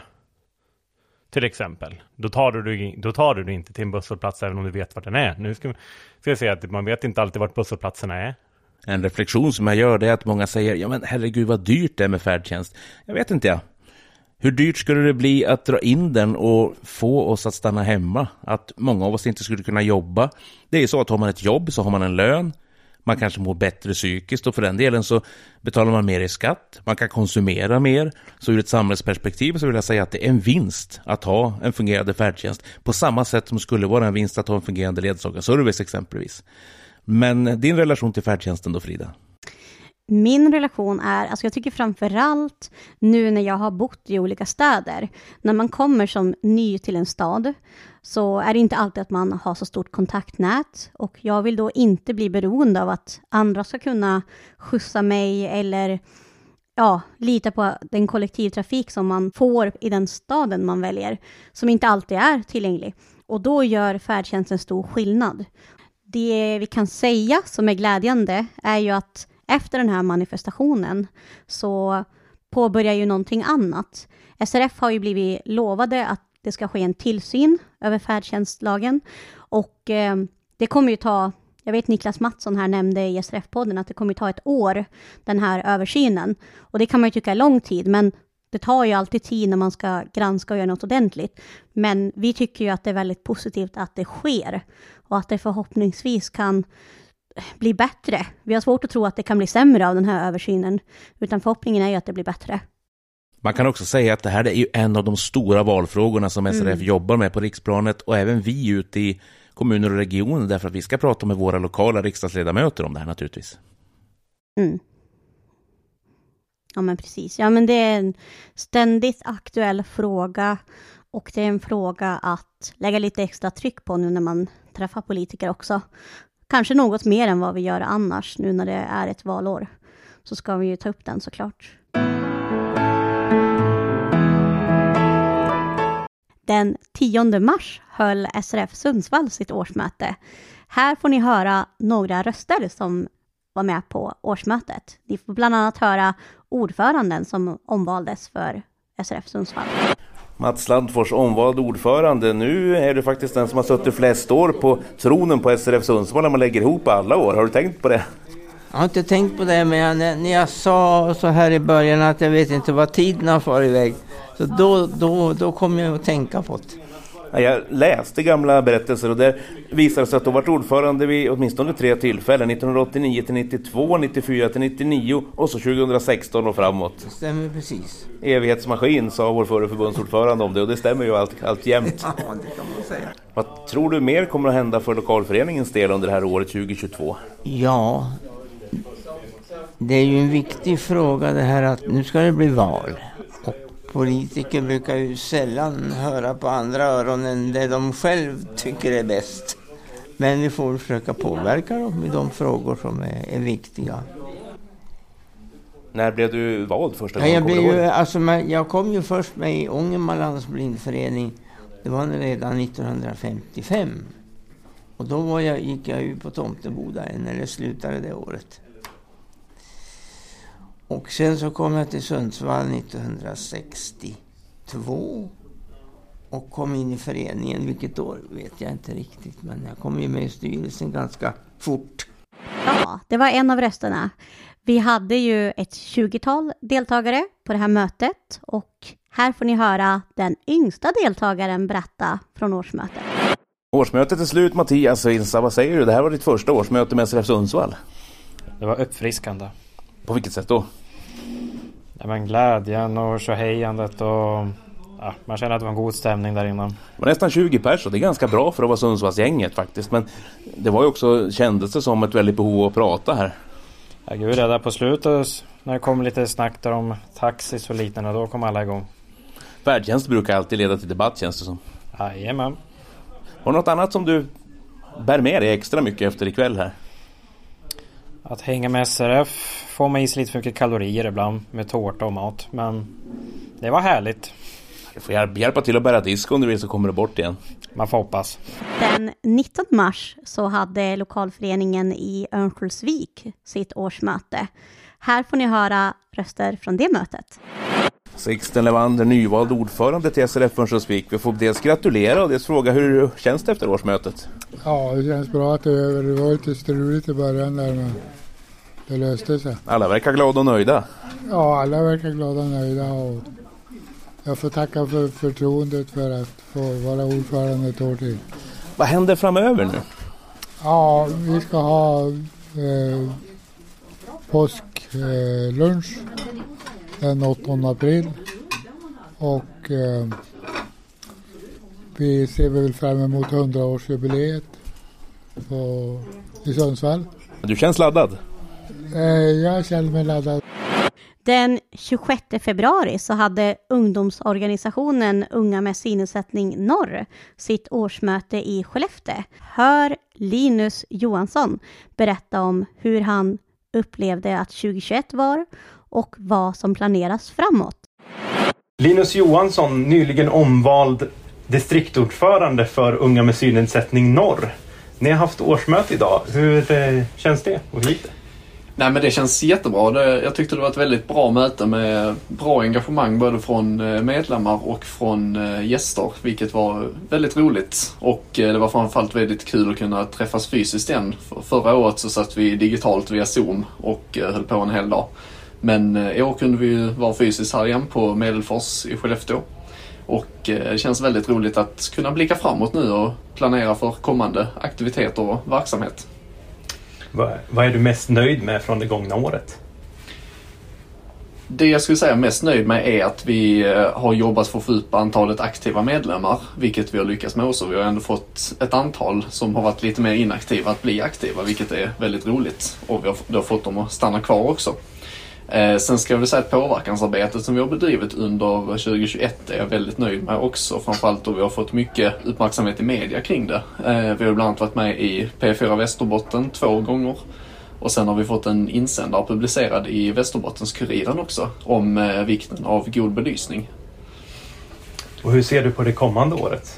A: till exempel, då tar du inte till en busshållplats även om du vet vart den är. Nu ska jag säga att man vet inte alltid vart busshållplatserna är.
C: En reflektion som jag gör, det är att många säger, ja men herregud vad dyrt det är med färdtjänst. Jag vet inte. Hur dyrt skulle det bli att dra in den och få oss att stanna hemma? Att många av oss inte skulle kunna jobba. Det är ju så att har man ett jobb så har man en lön. Man kanske mår bättre psykiskt och för den delen så betalar man mer i skatt. Man kan konsumera mer. Så ur ett samhällsperspektiv så vill jag säga att det är en vinst att ha en fungerande färdtjänst. På samma sätt som skulle vara en vinst att ha en fungerande ledsagarservice exempelvis. Men din relation till färdtjänsten då, Frida?
B: Min relation är, jag tycker framförallt nu när jag har bott i olika städer. När man kommer som ny till en stad så är det inte alltid att man har så stort kontaktnät. Och jag vill då inte bli beroende av att andra ska kunna skjutsa mig eller lita på den kollektivtrafik som man får i den staden man väljer. Som inte alltid är tillgänglig. Och då gör färdtjänsten stor skillnad. Det vi kan säga som är glädjande är ju att efter den här manifestationen så påbörjar ju någonting annat. SRF har ju blivit lovade att det ska ske en tillsyn över färdtjänstlagen. Och det kommer ju ta, jag vet Niklas Mattsson här nämnde i SRF-podden att det kommer ta ett år, den här översynen. Och det kan man ju tycka är lång tid, men det tar ju alltid tid när man ska granska och göra något ordentligt. Men vi tycker ju att det är väldigt positivt att det sker. Och att det förhoppningsvis kan bli bättre. Vi har svårt att tro att det kan bli sämre av den här översynen. Utan förhoppningen är ju att det blir bättre.
C: Man kan också säga att det här är ju en av de stora valfrågorna som SRF jobbar med på riksplanet. Och även vi ute i kommuner och regioner. Därför att vi ska prata med våra lokala riksdagsledamöter om det här naturligtvis.
B: Mm. Ja men precis. Ja men det är en ständigt aktuell fråga. Och det är en fråga att lägga lite extra tryck på nu när man träffar politiker också. Kanske något mer än vad vi gör annars nu när det är ett valår. Så ska vi ju ta upp den såklart. Den 10 mars höll SRF Sundsvall sitt årsmöte. Här får ni höra några röster som var med på årsmötet. Ni får bland annat höra ordföranden som omvaldes för SRF Sundsvall.
C: Mats Landfors, omvald ordförande. Nu är du faktiskt den som har suttit flest år på tronen på SRF Sundsvall när man lägger ihop alla år. Har du tänkt på det?
L: Jag har inte tänkt på det, men när jag sa så här i början att jag vet inte vad tiden har farit iväg. Så då kom jag att tänka på det.
C: Jag läste gamla berättelser och där visade sig att du varit ordförande vid åtminstone 3 tillfällen. 1989 till 92, 94 till 99 och så 2016 och framåt.
L: Det stämmer precis.
C: Evighetsmaskin sa vår förre förbundsordförande om det och det stämmer ju allt jämt.
L: Ja, det kan man säga.
C: Vad tror du mer kommer att hända för lokalföreningens del under det här året 2022?
L: Ja, det är ju en viktig fråga det här att nu ska det bli val. Politiker brukar ju sällan höra på andra öron än det de själv tycker är bäst. Men vi får försöka påverka dem i de frågor som är viktiga.
C: När blev du vald första gången?
L: Jag kom ju först med i Ångermanlands blindförening. Det var redan 1955. Och då gick jag ju på Tomteboda eller slutade det året. Och sen så kom jag till Sundsvall 1962 och kom in i föreningen, vilket år vet jag inte riktigt, men jag kom ju med i styrelsen ganska fort.
B: Ja, det var en av rösterna. Vi hade ju ett 20-tal deltagare på det här mötet och här får ni höra den yngsta deltagaren berätta från årsmötet.
C: Årsmötet är slut, Mattias Vinsa, vad säger du? Det här var ditt första årsmöte med SRF Sundsvall.
M: Det var uppfriskande.
C: På vilket sätt då?
M: Ja, men glädjen och tjohejandet och man känner att det var en god stämning där innan. Det
C: var nästan 20 pers och det är ganska bra för att vara Sundsvallsgänget faktiskt. Men det var ju också, kändes det som ett väldigt behov att prata här.
M: Ja gud, där på slutet när det kom lite snack där om taxis och liknande, då kom alla igång.
C: Färdtjänst brukar alltid leda till debatt, känns det som.
M: Jajamän.
C: Har något annat som du bär med dig extra mycket efter ikväll här?
M: Att hänga med SRF, får man i sig lite för mycket kalorier ibland med tårta och mat. Men det var härligt.
C: Du får hjälpa till att bära disk om du vill, så kommer det bort igen.
M: Man får hoppas.
B: Den 19 mars så hade lokalföreningen i Örnsköldsvik sitt årsmöte. Här får ni höra röster från det mötet.
C: Sixten Levander, nyvald ordförande till SRF Örnsköldsvik. Vi får dels gratulera och dels fråga hur känns det efter årsmötet?
N: Ja, det känns bra att det är över. Det var lite struligt i början där, men det löste sig.
C: Alla verkar glada och nöjda.
N: Ja, alla verkar glada och nöjda. Och jag får tacka för förtroendet för att få vara ordförande ett år till.
C: Vad händer framöver nu?
N: Ja, vi ska ha påsklunch den 8 april. Och vi ser väl fram emot 100-årsjubileet i Sundsvall.
C: Du känns laddad?
N: Jag känner mig laddad.
B: Den 26 februari så hade ungdomsorganisationen Unga med synnedsättning Norr sitt årsmöte i Skellefteå. Hör Linus Johansson berätta om hur han upplevde att 2021 var och vad som planeras framåt.
A: Linus Johansson, nyligen omvald distriktordförande för Unga med synnedsättning Norr. Ni har haft årsmöte idag. Hur känns det och hur gick det?
O: Nej, men det känns jättebra. Jag tyckte det var ett väldigt bra möte med bra engagemang både från medlemmar och från gäster, vilket var väldigt roligt. Och det var framförallt väldigt kul att kunna träffas fysiskt igen. Förra året så satt vi digitalt via Zoom och höll på en hel dag. Men i år kunde vi ju vara fysiskt här igen på Medelfors i Skellefteå. Och det känns väldigt roligt att kunna blicka framåt nu och planera för kommande aktiviteter och verksamhet.
A: Vad är du mest nöjd med från det gångna året?
O: Det jag skulle säga mest nöjd med är att vi har jobbat för att få upp antalet aktiva medlemmar, vilket vi har lyckats med också. Vi har ändå fått ett antal som har varit lite mer inaktiva att bli aktiva, vilket är väldigt roligt. Och vi har fått dem att stanna kvar också. Sen ska jag väl säga att påverkansarbetet som vi har bedrivit under 2021 är jag väldigt nöjd med också. Framförallt då vi har fått mycket uppmärksamhet i media kring det. Vi har bland annat varit med i P4 Västerbotten 2 gånger. Och sen har vi fått en insändare publicerad i Västerbottens-Kuriren också om vikten av god belysning.
A: Och hur ser du på det kommande året?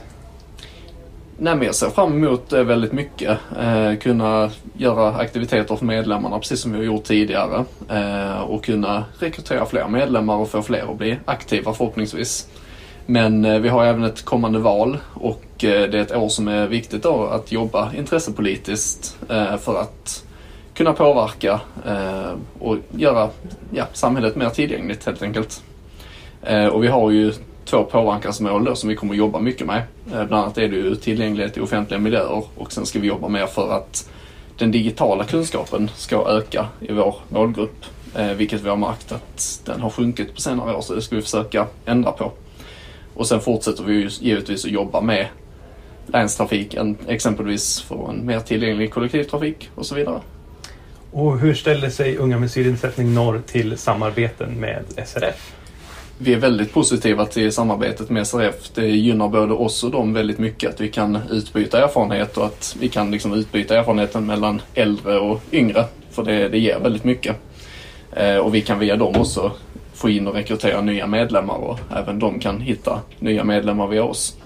O: Nej, men jag ser fram emot väldigt mycket. Kunna göra aktiviteter för medlemmarna precis som vi har gjort tidigare. Och kunna rekrytera fler medlemmar och få fler att bli aktiva förhoppningsvis. Men vi har även ett kommande val och det är ett år som är viktigt då att jobba intressepolitiskt för att kunna påverka och göra samhället mer tillgängligt helt enkelt. Och vi har ju 2 påverkansmål då som vi kommer att jobba mycket med. Bland annat är det ju tillgänglighet i offentliga miljöer och sen ska vi jobba mer för att den digitala kunskapen ska öka i vår målgrupp. Vilket vi har märkt att den har sjunkit på senare år, så det ska vi försöka ändra på. Och sen fortsätter vi ju givetvis att jobba med länstrafiken, exempelvis för en mer tillgänglig kollektivtrafik och så vidare.
A: Och hur ställer sig Unga med synnedsättning Norr till samarbeten med SRF?
O: Vi är väldigt positiva till samarbetet med SRF. Det gynnar både oss och dem väldigt mycket att vi kan utbyta erfarenhet och att vi kan liksom utbyta erfarenheten mellan äldre och yngre. För det ger väldigt mycket. Och vi kan via dem också få in och rekrytera nya medlemmar och även de kan hitta nya medlemmar via oss.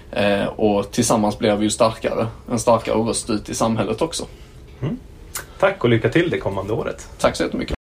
O: Och tillsammans blir vi ju starkare. En starkare röst ut i samhället också.
A: Mm. Tack och lycka till det kommande året.
O: Tack så jättemycket.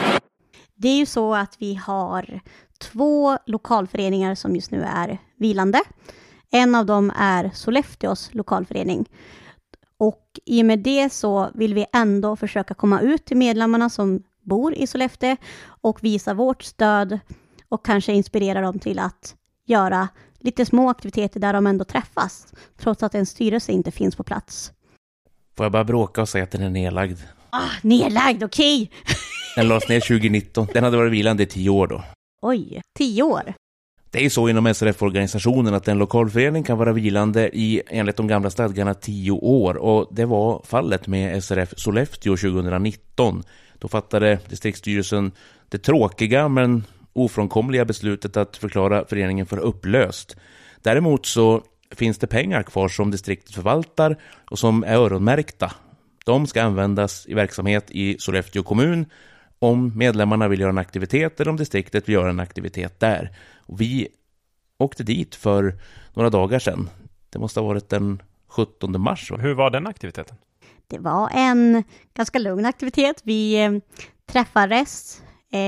B: Det är ju så att vi har 2 lokalföreningar som just nu är vilande. En av dem är Sollefteås lokalförening. Och i och med det så vill vi ändå försöka komma ut till medlemmarna som bor i Sollefteå och visa vårt stöd och kanske inspirera dem till att göra lite små aktiviteter där de ändå träffas, trots att en styrelse inte finns på plats.
C: Får jag bara bråka och säga att den är nedlagd?
B: Nedlagd, okej.
C: Den lades ner 2019. Den hade varit vilande i 10 år då.
B: Oj, 10 år.
C: Det är så inom SRF-organisationen att en lokalförening kan vara vilande i enligt de gamla stadgarna 10 år. Och det var fallet med SRF Sollefteå 2019. Då fattade distriktsstyrelsen det tråkiga men ofrånkomliga beslutet att förklara föreningen för upplöst. Däremot så finns det pengar kvar som distriktet förvaltar och som är öronmärkta. De ska användas i verksamhet i Sollefteå kommun om medlemmarna vill göra en aktivitet eller om distriktet vill göra en aktivitet där. Och vi åkte dit för några dagar sedan. Det måste ha varit den 17 mars.
A: Hur var den aktiviteten?
B: Det var en ganska lugn aktivitet. Vi träffades,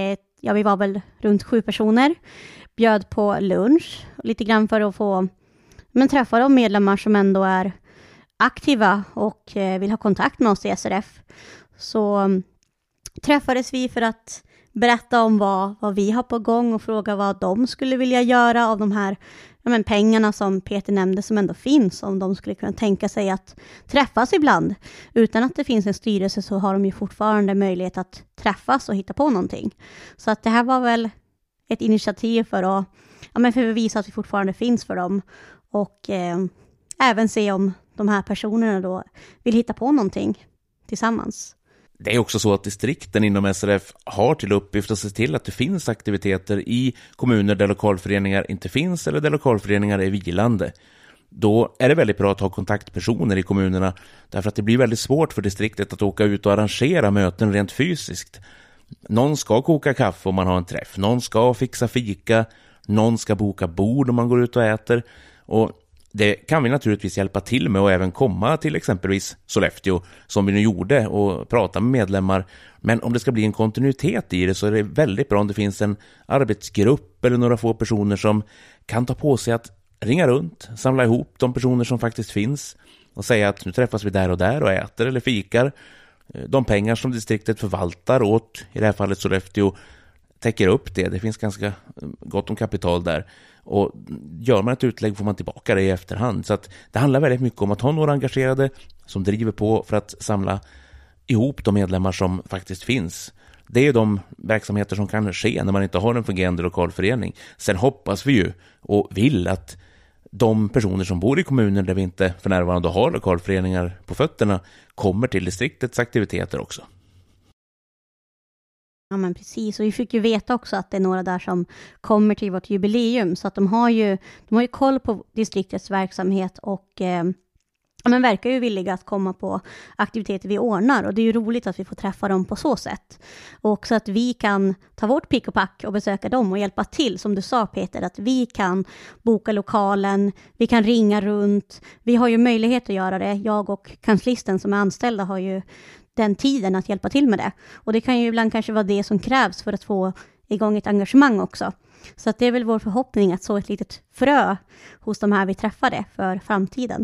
B: vi var väl runt 7 personer, bjöd på lunch lite grann för att få träffa de medlemmar som ändå är aktiva och vill ha kontakt med oss i SRF. Så träffades vi för att berätta om vad vi har på gång och fråga vad de skulle vilja göra av de här pengarna som Peter nämnde som ändå finns, om de skulle kunna tänka sig att träffas ibland. Utan att det finns en styrelse så har de ju fortfarande möjlighet att träffas och hitta på någonting. Så att det här var väl ett initiativ för att visa att vi fortfarande finns för dem och även se om de här personerna då vill hitta på någonting tillsammans.
C: Det är också så att distrikten inom SRF har till uppgift att se till att det finns aktiviteter i kommuner där lokalföreningar inte finns eller där lokalföreningar är vilande. Då är det väldigt bra att ha kontaktpersoner i kommunerna därför att det blir väldigt svårt för distriktet att åka ut och arrangera möten rent fysiskt. Någon ska koka kaffe om man har en träff, någon ska fixa fika, någon ska boka bord om man går ut och äter och det kan vi naturligtvis hjälpa till med och även komma till exempelvis Sollefteå som vi nu gjorde och prata med medlemmar. Men om det ska bli en kontinuitet i det så är det väldigt bra om det finns en arbetsgrupp eller några få personer som kan ta på sig att ringa runt, samla ihop de personer som faktiskt finns och säga att nu träffas vi där och äter eller fikar. De pengar som distriktet förvaltar åt, i det här fallet Sollefteå, täcker upp det. Det finns ganska gott om kapital där. Och gör man ett utlägg får man tillbaka det i efterhand. Så att det handlar väldigt mycket om att ha några engagerade som driver på för att samla ihop de medlemmar som faktiskt finns. Det är de verksamheter som kan ske när man inte har en fungerande lokalförening. Sen hoppas vi ju och vill att de personer som bor i kommuner där vi inte för närvarande har lokalföreningar på fötterna kommer till distriktets aktiviteter också.
B: Ja men precis, och vi fick ju veta också att det är några där som kommer till vårt jubileum så att de har ju koll på distriktets verksamhet och verkar ju villiga att komma på aktiviteter vi ordnar och det är ju roligt att vi får träffa dem på så sätt. Och så att vi kan ta vårt pick och pack och besöka dem och hjälpa till, som du sa Peter, att vi kan boka lokalen, vi kan ringa runt, vi har ju möjlighet att göra det. Jag och kanslisten som är anställda har ju den tiden att hjälpa till med det. Och det kan ju ibland kanske vara det som krävs för att få igång ett engagemang också. Så att det är väl vår förhoppning att så ett litet frö hos de här vi träffade för framtiden.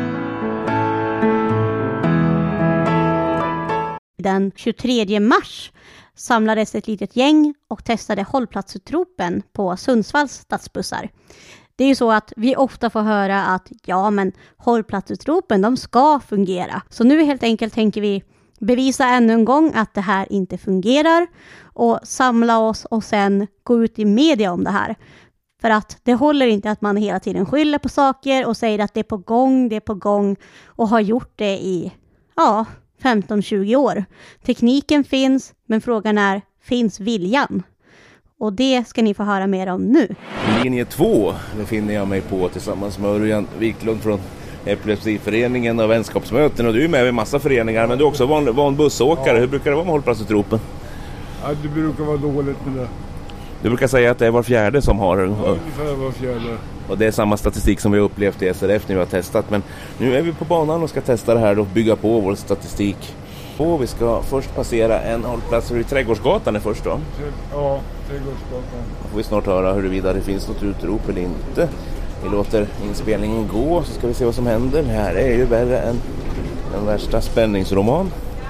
B: Den 23 mars samlades ett litet gäng och testade hållplatsutropen på Sundsvalls stadsbussar. Det är ju så att vi ofta får höra att hållplatsutropen de ska fungera. Så nu helt enkelt tänker vi bevisa ännu en gång att det här inte fungerar och samla oss och sen gå ut i media om det här. För att det håller inte att man hela tiden skyller på saker och säger att det är på gång och har gjort det i 15-20 år. Tekniken finns, men frågan är, finns viljan? Och det ska ni få höra mer om nu.
C: Linje 2 befinner jag mig på tillsammans med Örjan Wiklund från Epilepsiföreningen och vänskapsmöten. Och du är med i massa föreningar, men du är också van bussåkare. Hur brukar det vara med hållplatsutropen?
N: Ja, det brukar vara dåligt med det.
C: Du brukar säga att det är var fjärde som har den.
N: Ungefär var fjärde.
C: Och det är samma statistik som vi har upplevt i SRF när vi har testat. Men nu är vi på banan och ska testa det här och bygga på vår statistik. Och vi ska först passera en hållplats vid Trädgårdsgatan är först då.
N: Ja, Trädgårdsgatan.
C: Då får vi snart höra huruvida det finns något utrop eller inte. Vi låter inspelningen gå så ska vi se vad som händer. Det här är ju värre än den värsta spänningsroman.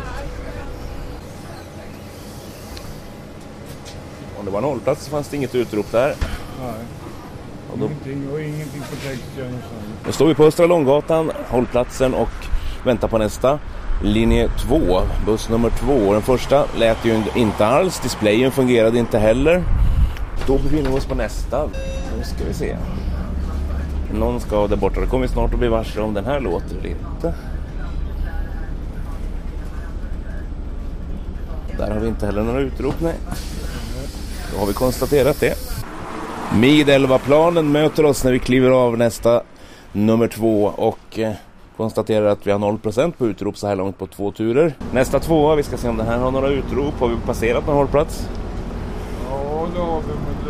C: Om det var en hållplats så fanns det inget utrop där.
N: Nej, ingenting på texten.
C: Då står vi på Östra Långgatan, hållplatsen och väntar på nästa. Linje 2, buss nummer 2. Den första lät ju inte alls, displayen fungerade inte heller. Då befinner vi oss på nästa. Nu ska vi se. Någon ska där borta, det kommer snart att bli varse om den här låter lite. Där har vi inte heller några utrop, nej. Då har vi konstaterat det. Midälvaplanen möter oss när vi kliver av nästa nummer 2 och Konstaterar att vi har 0% på utrop så här långt på 2 turer. Nästa 2, vi ska se om den här har några utrop. Har vi passerat någon hållplats?
N: Ja, det har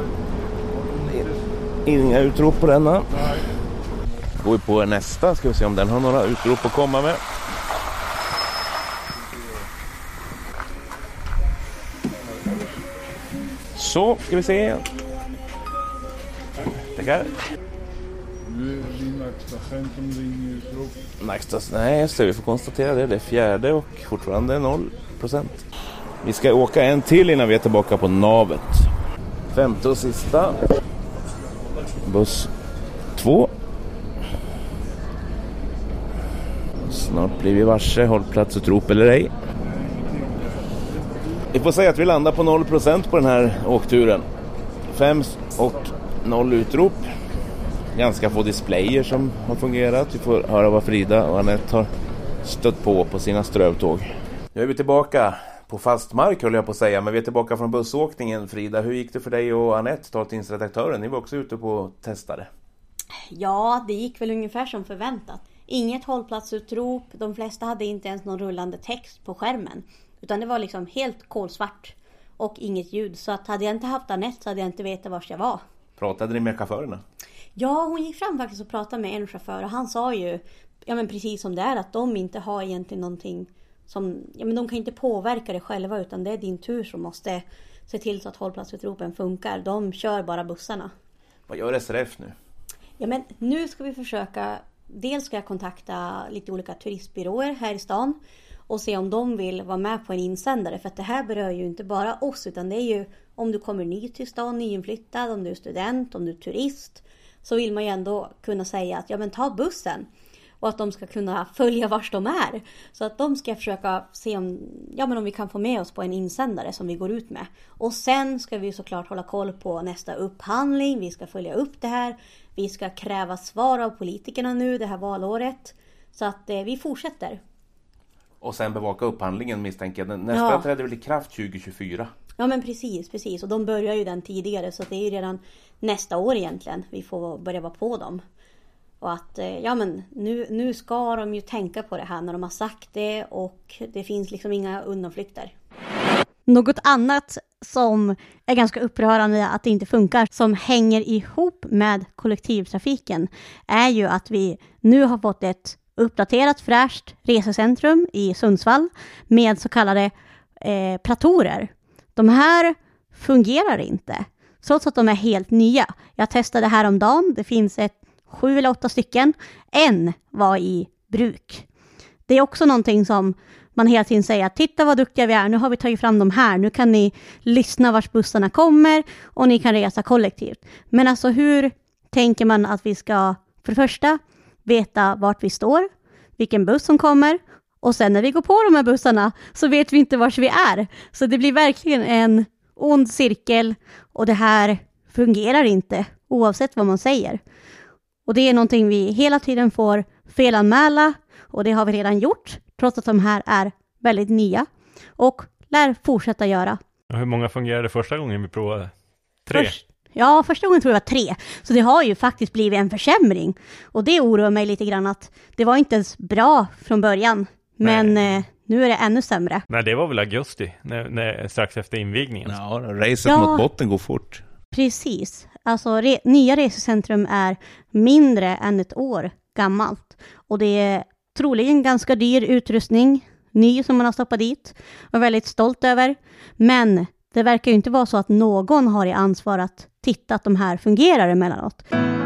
N: vi.
C: Inga utrop på denna. Nej. Går vi på nästa, ska vi se om den har några utrop att komma med. Så, ska vi se. Tackar. Nej, just det, vi får konstatera det. Det är 4:e och fortfarande 0%. Vi ska åka en till innan vi är tillbaka på navet. 5:e och sista. Buss 2. Snart blir vi varse hållplatsutrop eller ej. Vi får säga att vi landar på 0% på den här åkturen. 5 och 0 utrop. Ganska få displayer som har fungerat. Vi får höra vad Frida och Anette har stött på sina strövtåg. Nu är vi tillbaka på fast mark, höll jag på att säga. Men vi är tillbaka från bussåkningen. Frida, hur gick det för dig och Anette, taltingsredaktören? Ni var också ute på testare.
B: Ja, det gick väl ungefär som förväntat. Inget hållplatsutrop. De flesta hade inte ens någon rullande text på skärmen. Utan det var liksom helt kolsvart. Och inget ljud. Så att hade jag inte haft Anette så hade jag inte vetat var jag var.
C: Pratade ni med chaufförerna?
B: Ja, hon gick fram faktiskt och pratade med en chaufför. Och han sa ju, ja men precis som det är, att de inte har egentligen någonting som, ja men de kan inte påverka det själva. Utan det är din tur som måste se till så att hållplatsutropen funkar. De kör bara bussarna.
C: Vad gör SRF nu?
B: Ja men nu ska vi försöka, dels ska jag kontakta lite olika turistbyråer här i stan. Och se om de vill vara med på en insändare. För att det här berör ju inte bara oss. Utan det är ju om du kommer ny till stan, nyinflyttad, om du är student, om du är turist. Så vill man ju ändå kunna säga att ja men ta bussen. Och att de ska kunna följa vars de är. Så att de ska försöka se om vi kan få med oss på en insändare som vi går ut med. Och sen ska vi såklart hålla koll på nästa upphandling. Vi ska följa upp det här. Vi ska kräva svar av politikerna nu det här valåret. Så att vi fortsätter.
C: Och sen bevaka upphandlingen misstänker jag. Nästa träder väl i kraft 2024? Ja
B: men precis. Och de börjar ju den tidigare. Så det är ju redan nästa år egentligen. Vi får börja vara på dem. Och att nu ska de ju tänka på det här när de har sagt det. Och det finns liksom inga undanflykter. Något annat som är ganska upprörande att det inte funkar, som hänger ihop med kollektivtrafiken, är ju att vi nu har fått ett uppdaterat fräscht resecentrum i Sundsvall med så kallade platorer. De här fungerar inte, trots att de är helt nya. Jag testade här om dagen. Det finns 7 eller 8 stycken. En var i bruk. Det är också någonting som man hela tiden säger, titta vad duktiga vi är, nu har vi tagit fram de här, nu kan ni lyssna vart bussarna kommer och ni kan resa kollektivt. Men alltså hur tänker man att vi ska för det första veta vart vi står, vilken buss som kommer, och sen när vi går på de här bussarna så vet vi inte vart vi är. Så det blir verkligen en ond cirkel och det här fungerar inte oavsett vad man säger. Och det är någonting vi hela tiden får felanmäla, och det har vi redan gjort trots att de här är väldigt nya och lär fortsätta göra.
A: Och hur många fungerade första gången vi provade? 3?
B: Första gången tror jag var 3. Så det har ju faktiskt blivit en försämring. Och det oroar mig lite grann att det var inte ens bra från början. Men nu är det ännu sämre.
A: Nej, det var väl augusti, strax efter invigningen.
C: Ja, racet mot botten går fort.
B: Precis. Alltså nya resecentrum är mindre än ett år gammalt. Och det är troligen ganska dyr utrustning. Ny som man har stoppat dit. Och väldigt stolt över. Men det verkar ju inte vara så att någon har i ansvar att titta att de här fungerar emellanåt.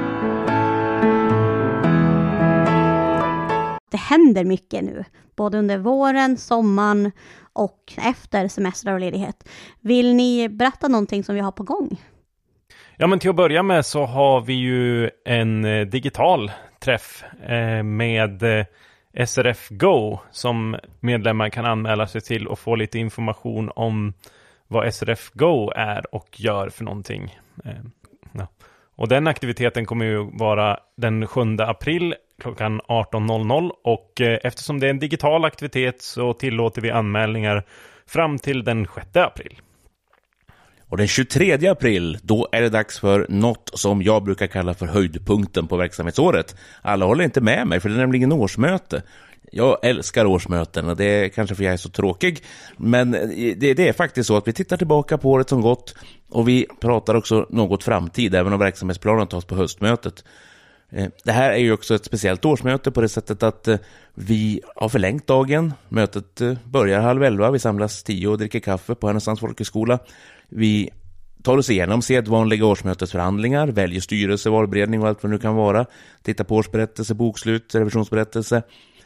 B: Det händer mycket nu. Både under våren, sommaren och efter semester och ledighet. Vill ni berätta någonting som vi har på gång?
A: Ja, men till att börja med så har vi ju en digital träff med SRF Go som medlemmar kan anmäla sig till och få lite information om vad SRF Go är och gör för någonting. Och den aktiviteten kommer ju vara den 7 april klockan 18.00 och eftersom det är en digital aktivitet så tillåter vi anmälningar fram till den 6 april.
C: Och den 23 april, då är det dags för något som jag brukar kalla för höjdpunkten på verksamhetsåret. Alla håller inte med mig, för det är nämligen årsmöte. Jag älskar årsmöten och det är kanske för jag är så tråkig. Men det är faktiskt så att vi tittar tillbaka på året som gått och vi pratar också något framtid, även om verksamhetsplanen tas på höstmötet. Det här är ju också ett speciellt årsmöte på det sättet att vi har förlängt dagen. Mötet börjar 10:30, vi samlas 10 och dricker kaffe på Härnösands folkhögskola. Vi tar oss igenom sedvanliga årsmötesförhandlingar, väljer styrelse, valberedning och allt vad det nu kan vara. Tittar på årsberättelse, bokslut, revisionsberättelse.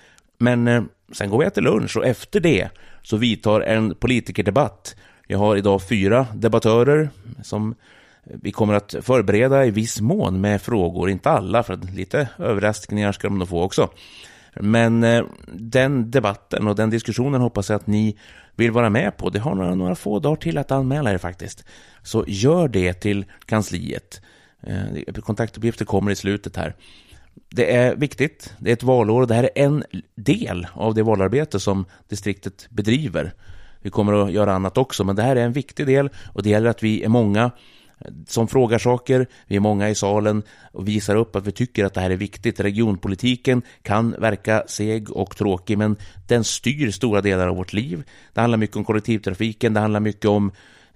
C: Men sen går vi till lunch och efter det så vidtar en politikerdebatt. Jag har idag 4 debattörer som vi kommer att förbereda i viss mån med frågor. Inte alla, för att lite överraskningar ska de nog få också. Men den debatten och den diskussionen hoppas jag att ni vill vara med på. Det har några få dagar till att anmäla er faktiskt. Så gör det till kansliet. Kontaktuppgifter kommer i slutet här. Det är viktigt, det är ett valår och det här är en del av det valarbete som distriktet bedriver. Vi kommer att göra annat också, men det här är en viktig del och det gäller att vi är många som frågar saker, vi är många i salen och visar upp att vi tycker att det här är viktigt. Regionpolitiken kan verka seg och tråkig, men den styr stora delar av vårt liv. Det handlar mycket om kollektivtrafiken, det handlar mycket om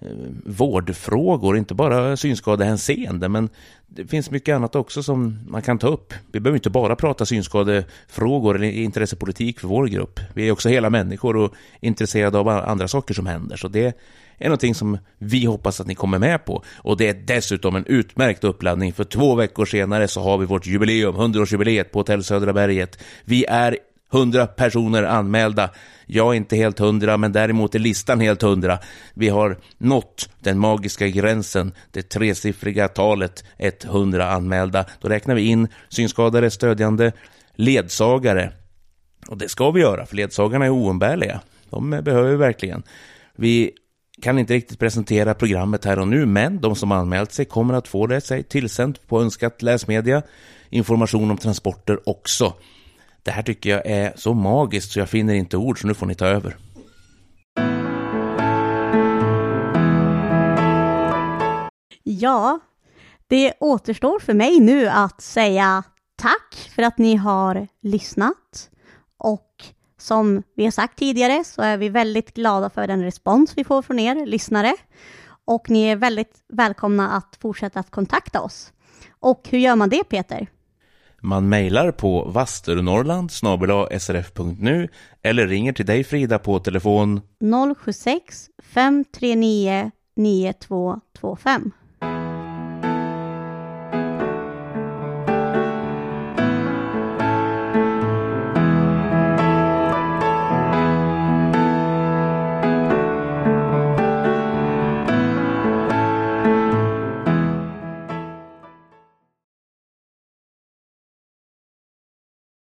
C: vårdfrågor, inte bara synskadehänseende, men det finns mycket annat också som man kan ta upp. Vi behöver inte bara prata synskadefrågor eller intressepolitik för vår grupp. Vi är också hela människor och intresserade av andra saker som händer, så det är någonting som vi hoppas att ni kommer med på. Och det är dessutom en utmärkt uppladdning, för 2 veckor senare så har vi vårt jubileum, 100-årsjubileet på Hotell Södra Berget. Vi är 100 personer anmälda. Jag är inte helt 100, men däremot är listan helt 100. Vi har nått den magiska gränsen, det 3-siffriga talet 100 anmälda. Då räknar vi in synskadade, stödjande, ledsagare. Och det ska vi göra, för ledsagarna är oumbärliga. De behöver vi verkligen. Vi kan inte riktigt presentera programmet här och nu, men de som anmält sig kommer att få det sig tillsänt på önskat läsmedia. Information om transporter också. Det här tycker jag är så magiskt så jag finner inte ord, så nu får ni ta över.
B: Ja, det återstår för mig nu att säga tack för att ni har lyssnat. Och som vi har sagt tidigare så är vi väldigt glada för den respons vi får från er lyssnare. Och ni är väldigt välkomna att fortsätta att kontakta oss. Och hur gör man det, Peter?
C: Man mejlar på vasternorrland@srf.nu eller ringer till dig, Frida, på telefon
B: 076 539 9225.